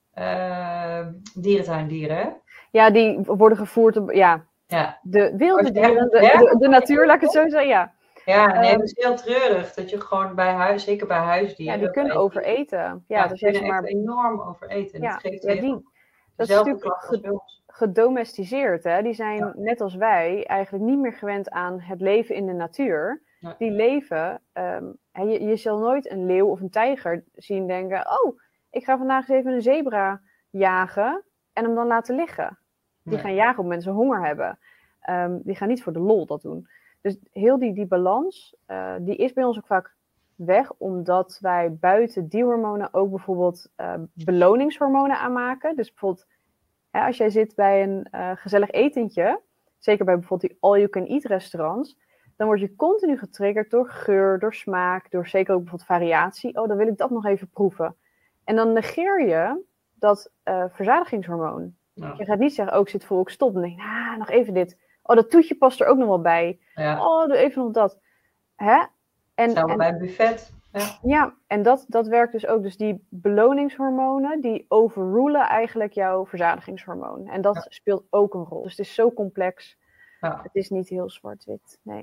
uh, dierentuindieren, hè? Ja, die worden gevoerd... Op, ja, ja. De wilde dieren, de, de, de natuur, laat ik het zo zeggen, ja. Ja, nee, het is heel treurig dat je gewoon bij huis, zeker bij huisdieren... Ja, die kunnen overeten. Ja, ja dus die kunnen maar... echt enorm overeten. Ja, dat geeft ja, die, dat is natuurlijk gedomesticeerd. Hè? Die zijn, ja. net als wij, eigenlijk niet meer gewend aan het leven in de natuur. Ja. Die leven... Um, je, je zal nooit een leeuw of een tijger zien denken... Oh, ik ga vandaag eens even een zebra jagen en hem dan laten liggen. Die nee. gaan jagen op mensen honger hebben. Um, die gaan niet voor de lol dat doen. Dus heel die, die balans, uh, die is bij ons ook vaak weg, omdat wij buiten die hormonen ook bijvoorbeeld uh, beloningshormonen aanmaken. Dus bijvoorbeeld, hè, als jij zit bij een uh, gezellig etentje, zeker bij bijvoorbeeld die all-you-can-eat restaurants, dan word je continu getriggerd door geur, door smaak, door zeker ook bijvoorbeeld variatie. Oh, dan wil ik dat nog even proeven. En dan negeer je dat uh, verzadigingshormoon. Ja. Je gaat niet zeggen, oh, ik zit vol, ik stop. Dan denk je, ah, nog even dit. Oh, dat toetje past er ook nog wel bij. Ja. Oh, doe even nog dat. Hè? En, Samen en, bij het buffet. Ja, ja en dat, dat werkt dus ook. Dus die beloningshormonen, die overrulen eigenlijk jouw verzadigingshormoon. En dat ja. speelt ook een rol. Dus het is zo complex. Ja. Het is niet heel zwart-wit, nee.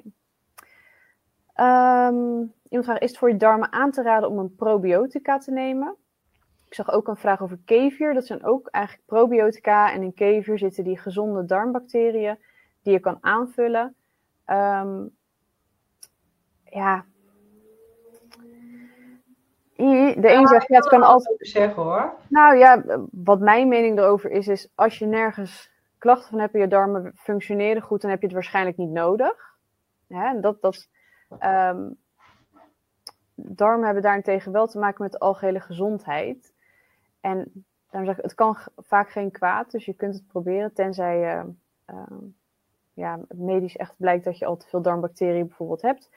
Um, iemand vraagt, is het voor je darmen aan te raden om een probiotica te nemen? Ik zag ook een vraag over kefir. Dat zijn ook eigenlijk probiotica. En in kefir zitten die gezonde darmbacteriën die je kan aanvullen. Um, ja. De een ja, zegt, ja, het kan altijd... zeggen hoor. Nou ja, wat mijn mening erover is, is als je nergens klachten van hebt en je darmen functioneren goed, dan heb je het waarschijnlijk niet nodig. Ja, en dat, dat, um, darmen hebben daarentegen wel te maken met de algehele gezondheid. En daarom zeg ik, het kan g- vaak geen kwaad, dus je kunt het proberen, tenzij je uh, ja, medisch echt blijkt dat je al te veel darmbacteriën bijvoorbeeld hebt.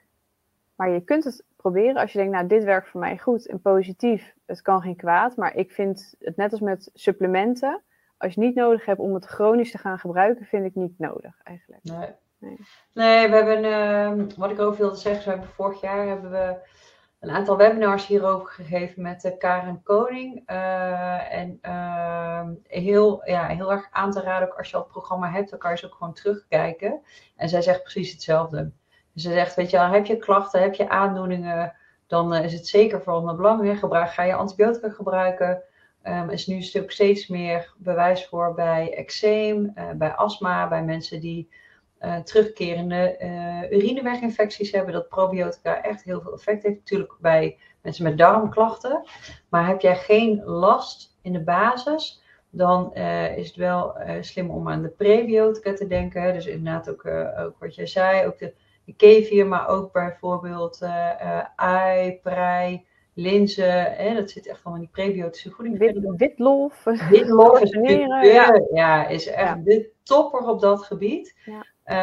Maar je kunt het proberen als je denkt, nou, dit werkt voor mij goed en positief. Het kan geen kwaad, maar ik vind het net als met supplementen. Als je het niet nodig hebt om het chronisch te gaan gebruiken, vind ik niet nodig eigenlijk. Nee, Nee. nee we hebben, uh, wat ik over wilde zeggen, we hebben vorig jaar hebben we een aantal webinars hierover gegeven met uh, Karen Koning. Uh, en uh, heel, ja, heel erg aan te raden, ook als je al het programma hebt, dan kan je ze ook gewoon terugkijken. En zij zegt precies hetzelfde. Dus ze zegt, weet je, heb je klachten, heb je aandoeningen, dan uh, is het zeker van belang. Gebruik, ga je antibiotica gebruiken. Um, is nu een stuk steeds meer bewijs voor bij eczeem, uh, bij astma, bij mensen die uh, terugkerende uh, urineweginfecties hebben, dat probiotica echt heel veel effect heeft. Natuurlijk bij mensen met darmklachten. Maar heb jij geen last in de basis, dan uh, is het wel uh, slim om aan de prebiotica te denken. Dus inderdaad ook, uh, ook wat jij zei, ook de, de kefir, maar ook bijvoorbeeld uh, uh, ui, prei, linzen, hè, dat zit echt allemaal in die prebiotische voeding. Wit, witlof, witlof is, ja. ja, is echt ja. de topper op dat gebied. Ja.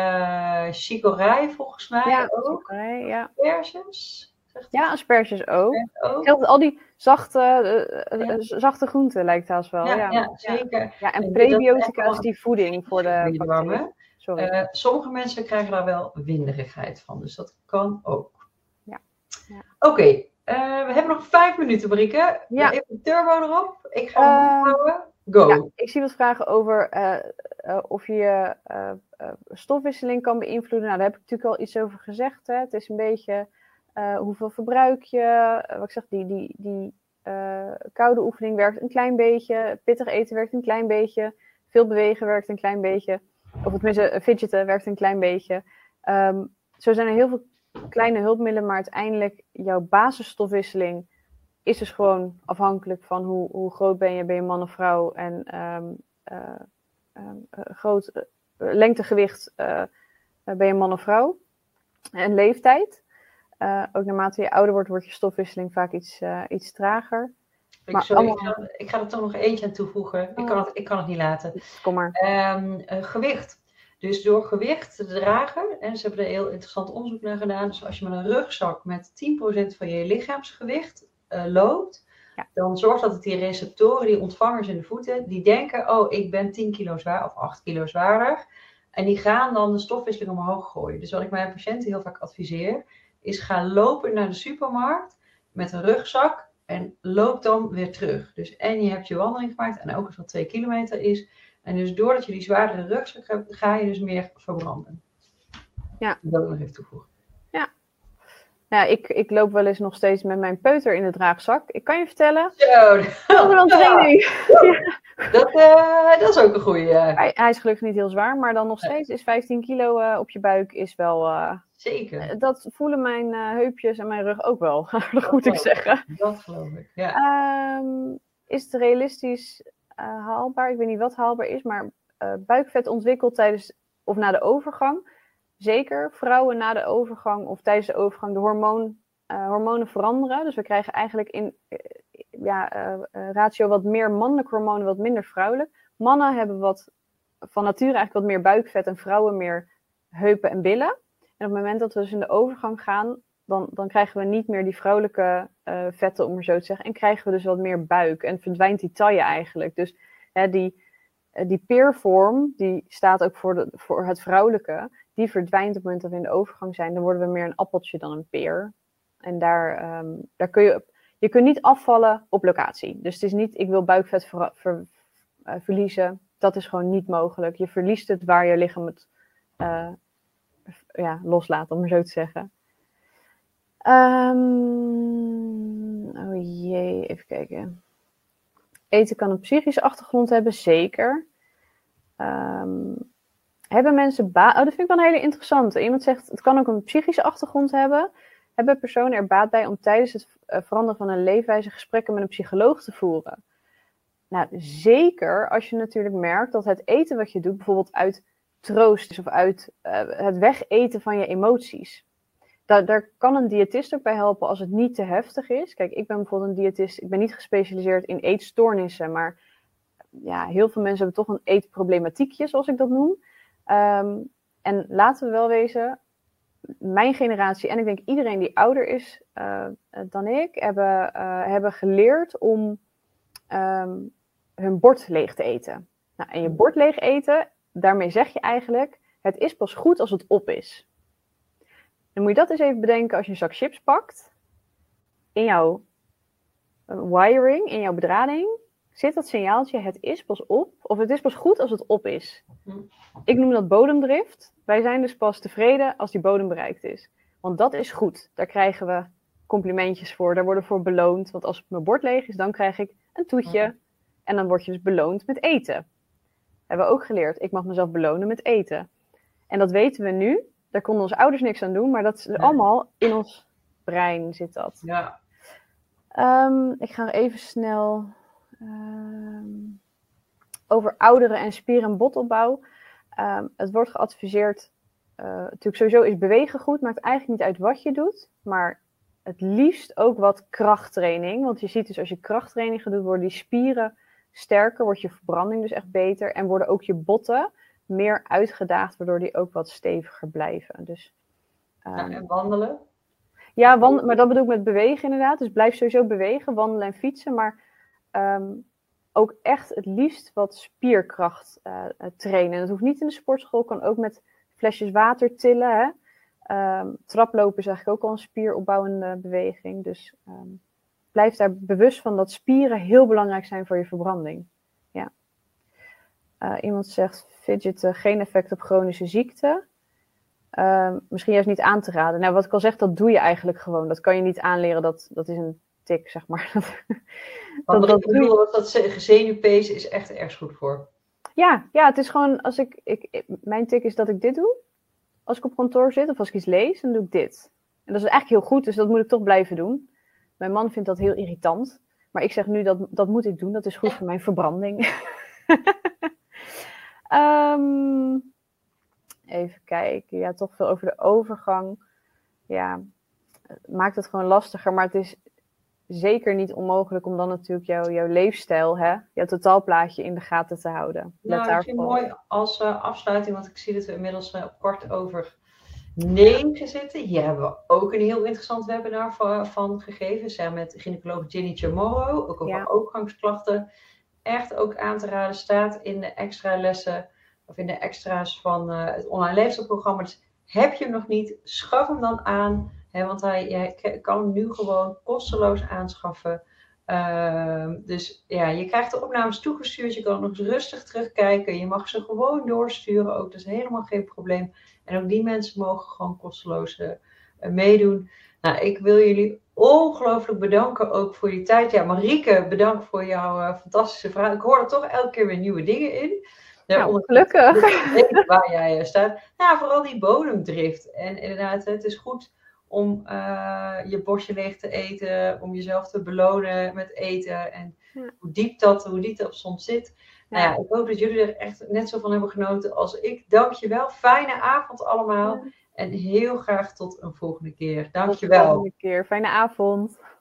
Uh, chicorij volgens mij ja, ook. Chicorij, ja. Asperges. Ja, asperges ook. ook. Geldt al die zachte, uh, ja. zachte groenten lijkt dat wel. Ja, Ja, ja zeker. Ja, en, en prebiotica is die voeding voor de bacteriën. Sorry. Uh, sommige mensen krijgen daar wel winderigheid van, dus dat kan ook. Ja. Ja. Oké. Okay. Uh, we hebben nog vijf minuten, Marieke. Ja. Even de turbo erop. Ik ga hem uh, houden. Go. Ja, ik zie wat vragen over uh, uh, of je uh, uh, stofwisseling kan beïnvloeden. Nou, daar heb ik natuurlijk al iets over gezegd. Hè. Het is een beetje uh, hoeveel verbruik je. Uh, wat ik zeg, die, die, die uh, koude oefening werkt een klein beetje. Pittig eten werkt een klein beetje. Veel bewegen werkt een klein beetje. Of tenminste, fidgeten werkt een klein beetje. Um, zo zijn er heel veel kleine hulpmiddelen, maar uiteindelijk jouw basisstofwisseling is dus gewoon afhankelijk van hoe, hoe groot ben je, ben je man of vrouw en um, uh, um, uh, groot uh, lengtegewicht uh, uh, ben je man of vrouw en leeftijd. Uh, ook naarmate je ouder wordt, wordt je stofwisseling vaak iets, uh, iets trager. Ik, maar sorry, allemaal... ik, ga, ik ga er toch nog eentje aan toevoegen. Oh. Ik, kan het, ik kan het niet laten. Kom maar. Um, uh, gewicht. Dus door gewicht te dragen, en ze hebben er heel interessant onderzoek naar gedaan, dus als je met een rugzak met tien procent van je lichaamsgewicht uh, loopt, ja. dan zorgt dat het die receptoren, die ontvangers in de voeten, die denken, oh, ik ben tien kilo zwaar of acht kilo zwaarder. En die gaan dan de stofwisseling omhoog gooien. Dus wat ik mijn patiënten heel vaak adviseer, is ga lopen naar de supermarkt met een rugzak en loop dan weer terug. Dus en je hebt je wandeling gemaakt en ook als dat twee kilometer is. En dus doordat je die zwaardere rugzak hebt, ga je dus meer verbranden. Ja. Dat wil ik nog even toevoegen. Ja. Ja, ik, ik loop wel eens nog steeds met mijn peuter in de draagzak. Ik kan je vertellen. Zo. Dat is wel een training. Ja. Dat, uh, dat is ook een goeie. Uh... Hij, hij is gelukkig niet heel zwaar, maar dan nog steeds is vijftien kilo uh, op je buik is wel... Uh, Zeker. Uh, dat voelen mijn uh, heupjes en mijn rug ook wel, dat moet ik zeggen. Dat geloof ik, ja. Um, is het realistisch uh, haalbaar? Ik weet niet wat haalbaar is, maar uh, buikvet ontwikkeld tijdens of na de overgang. Zeker, vrouwen na de overgang of tijdens de overgang de hormoon, uh, hormonen veranderen. Dus we krijgen eigenlijk in uh, ja, uh, uh, ratio wat meer mannelijke hormonen, wat minder vrouwelijk. Mannen hebben wat van nature eigenlijk wat meer buikvet en vrouwen meer heupen en billen. En op het moment dat we dus in de overgang gaan, dan, dan krijgen we niet meer die vrouwelijke uh, vetten, om maar zo te zeggen. En krijgen we dus wat meer buik en verdwijnt die taille eigenlijk. Dus hè, die, uh, die peervorm, die staat ook voor, de, voor het vrouwelijke, die verdwijnt op het moment dat we in de overgang zijn. Dan worden we meer een appeltje dan een peer. En daar, um, daar kun je, je kunt niet afvallen op locatie. Dus het is niet, ik wil buikvet ver, ver, uh, verliezen. Dat is gewoon niet mogelijk. Je verliest het waar je lichaam het... Uh, ja, loslaten, om maar zo te zeggen. Um, oh jee, even kijken. Eten kan een psychische achtergrond hebben, zeker. Um, hebben mensen baat... Oh, dat vind ik wel een hele interessante. Iemand zegt, het kan ook een psychische achtergrond hebben. Hebben personen er baat bij om tijdens het veranderen van een leefwijze gesprekken met een psycholoog te voeren? Nou, zeker als je natuurlijk merkt dat het eten wat je doet, bijvoorbeeld uit troost is of uit uh, het wegeten van je emoties. daar, daar kan een diëtist ook bij helpen als het niet te heftig is. Kijk, ik ben bijvoorbeeld een diëtist, ik ben niet gespecialiseerd in eetstoornissen, maar ja, heel veel mensen hebben toch een eetproblematiekje, zoals ik dat noem. Um, en laten we wel wezen, mijn generatie en ik denk iedereen die ouder is uh, dan ik, hebben, uh, hebben geleerd om um, hun bord leeg te eten. Nou, en je bord leeg eten, daarmee zeg je eigenlijk, het is pas goed als het op is. Dan moet je dat eens even bedenken als je een zak chips pakt. In jouw wiring, in jouw bedrading, zit dat signaaltje, het is pas op, of het is pas goed als het op is. Ik noem dat bodemdrift. Wij zijn dus pas tevreden als die bodem bereikt is. Want dat is goed. Daar krijgen we complimentjes voor, daar worden we voor beloond. Want als mijn bord leeg is, dan krijg ik een toetje. En dan word je dus beloond met eten. Hebben we ook geleerd. Ik mag mezelf belonen met eten. En dat weten we nu. Daar konden onze ouders niks aan doen, maar dat is nee. allemaal in ons brein zit dat. Ja. Um, ik ga even snel um, over ouderen en spier- en botopbouw. Um, het wordt geadviseerd, uh, natuurlijk sowieso is bewegen goed, maakt eigenlijk niet uit wat je doet, maar het liefst ook wat krachttraining. Want je ziet dus als je krachttraining gaat doen, worden die spieren sterker, wordt je verbranding dus echt beter en worden ook je botten meer uitgedaagd, waardoor die ook wat steviger blijven. Dus, um, ja, en wandelen? Ja, wand- maar dat bedoel ik met bewegen inderdaad. Dus blijf sowieso bewegen, wandelen en fietsen. Maar um, ook echt het liefst wat spierkracht uh, trainen. Dat hoeft niet in de sportschool, kan ook met flesjes water tillen. Hè? Um, traplopen is eigenlijk ook al een spieropbouwende beweging. Dus um, blijf daar bewust van dat spieren heel belangrijk zijn voor je verbranding. Ja. Uh, iemand zegt fidgeten geen effect op chronische ziekte. Uh, misschien juist niet aan te raden. Nou, wat ik al zeg, dat doe je eigenlijk gewoon. Dat kan je niet aanleren, dat, dat is een tik, zeg maar. dat, wat dat ik bedoel, dat, dat zenuwpees is echt ergens goed voor. Ja, ja, het is gewoon, als ik, ik, mijn tik is dat ik dit doe. Als ik op kantoor zit of als ik iets lees, dan doe ik dit. En dat is eigenlijk heel goed, dus dat moet ik toch blijven doen. Mijn man vindt dat heel irritant. Maar ik zeg nu, dat, dat moet ik doen, dat is goed voor mijn verbranding. um, Even kijken, ja, toch veel over de overgang. Ja, het maakt het gewoon lastiger, maar het is zeker niet onmogelijk om dan natuurlijk jouw, jouw leefstijl, hè, jouw totaalplaatje in de gaten te houden. Nou, ik vind het mooi als uh, afsluiting, want ik zie dat we inmiddels uh, kort over negen zitten. Hier hebben we ook een heel interessant webinar van, van gegeven, samen met gynaecoloog Ginny Chamorro, ook over ja. overgangsklachten. Echt ook aan te raden, staat in de extra lessen of in de extra's van uh, het online leefstijlprogramma. Dus heb je hem nog niet, schaf hem dan aan. Hè, want hij, je kan hem nu gewoon kosteloos aanschaffen. Uh, dus ja, je krijgt de opnames toegestuurd. Je kan nog eens rustig terugkijken. Je mag ze gewoon doorsturen ook. Dat is helemaal geen probleem. En ook die mensen mogen gewoon kosteloos uh, meedoen. Nou, ik wil jullie ongelooflijk bedanken ook voor die tijd. Ja, Marieke, bedankt voor jouw uh, fantastische vraag. Ik hoor er toch elke keer weer nieuwe dingen in. Nou, gelukkig. Waar jij staat. Nou, vooral die bodemdrift. En inderdaad, het is goed om uh, je bordje leeg te eten, om jezelf te belonen met eten. En ja. hoe diep dat, hoe diep dat soms zit. Ja. Nou ja, ik hoop dat jullie er echt net zo van hebben genoten als ik. Dankjewel. Fijne avond allemaal. Ja. En heel graag tot een volgende keer. Dankjewel. Tot de volgende keer. Fijne avond.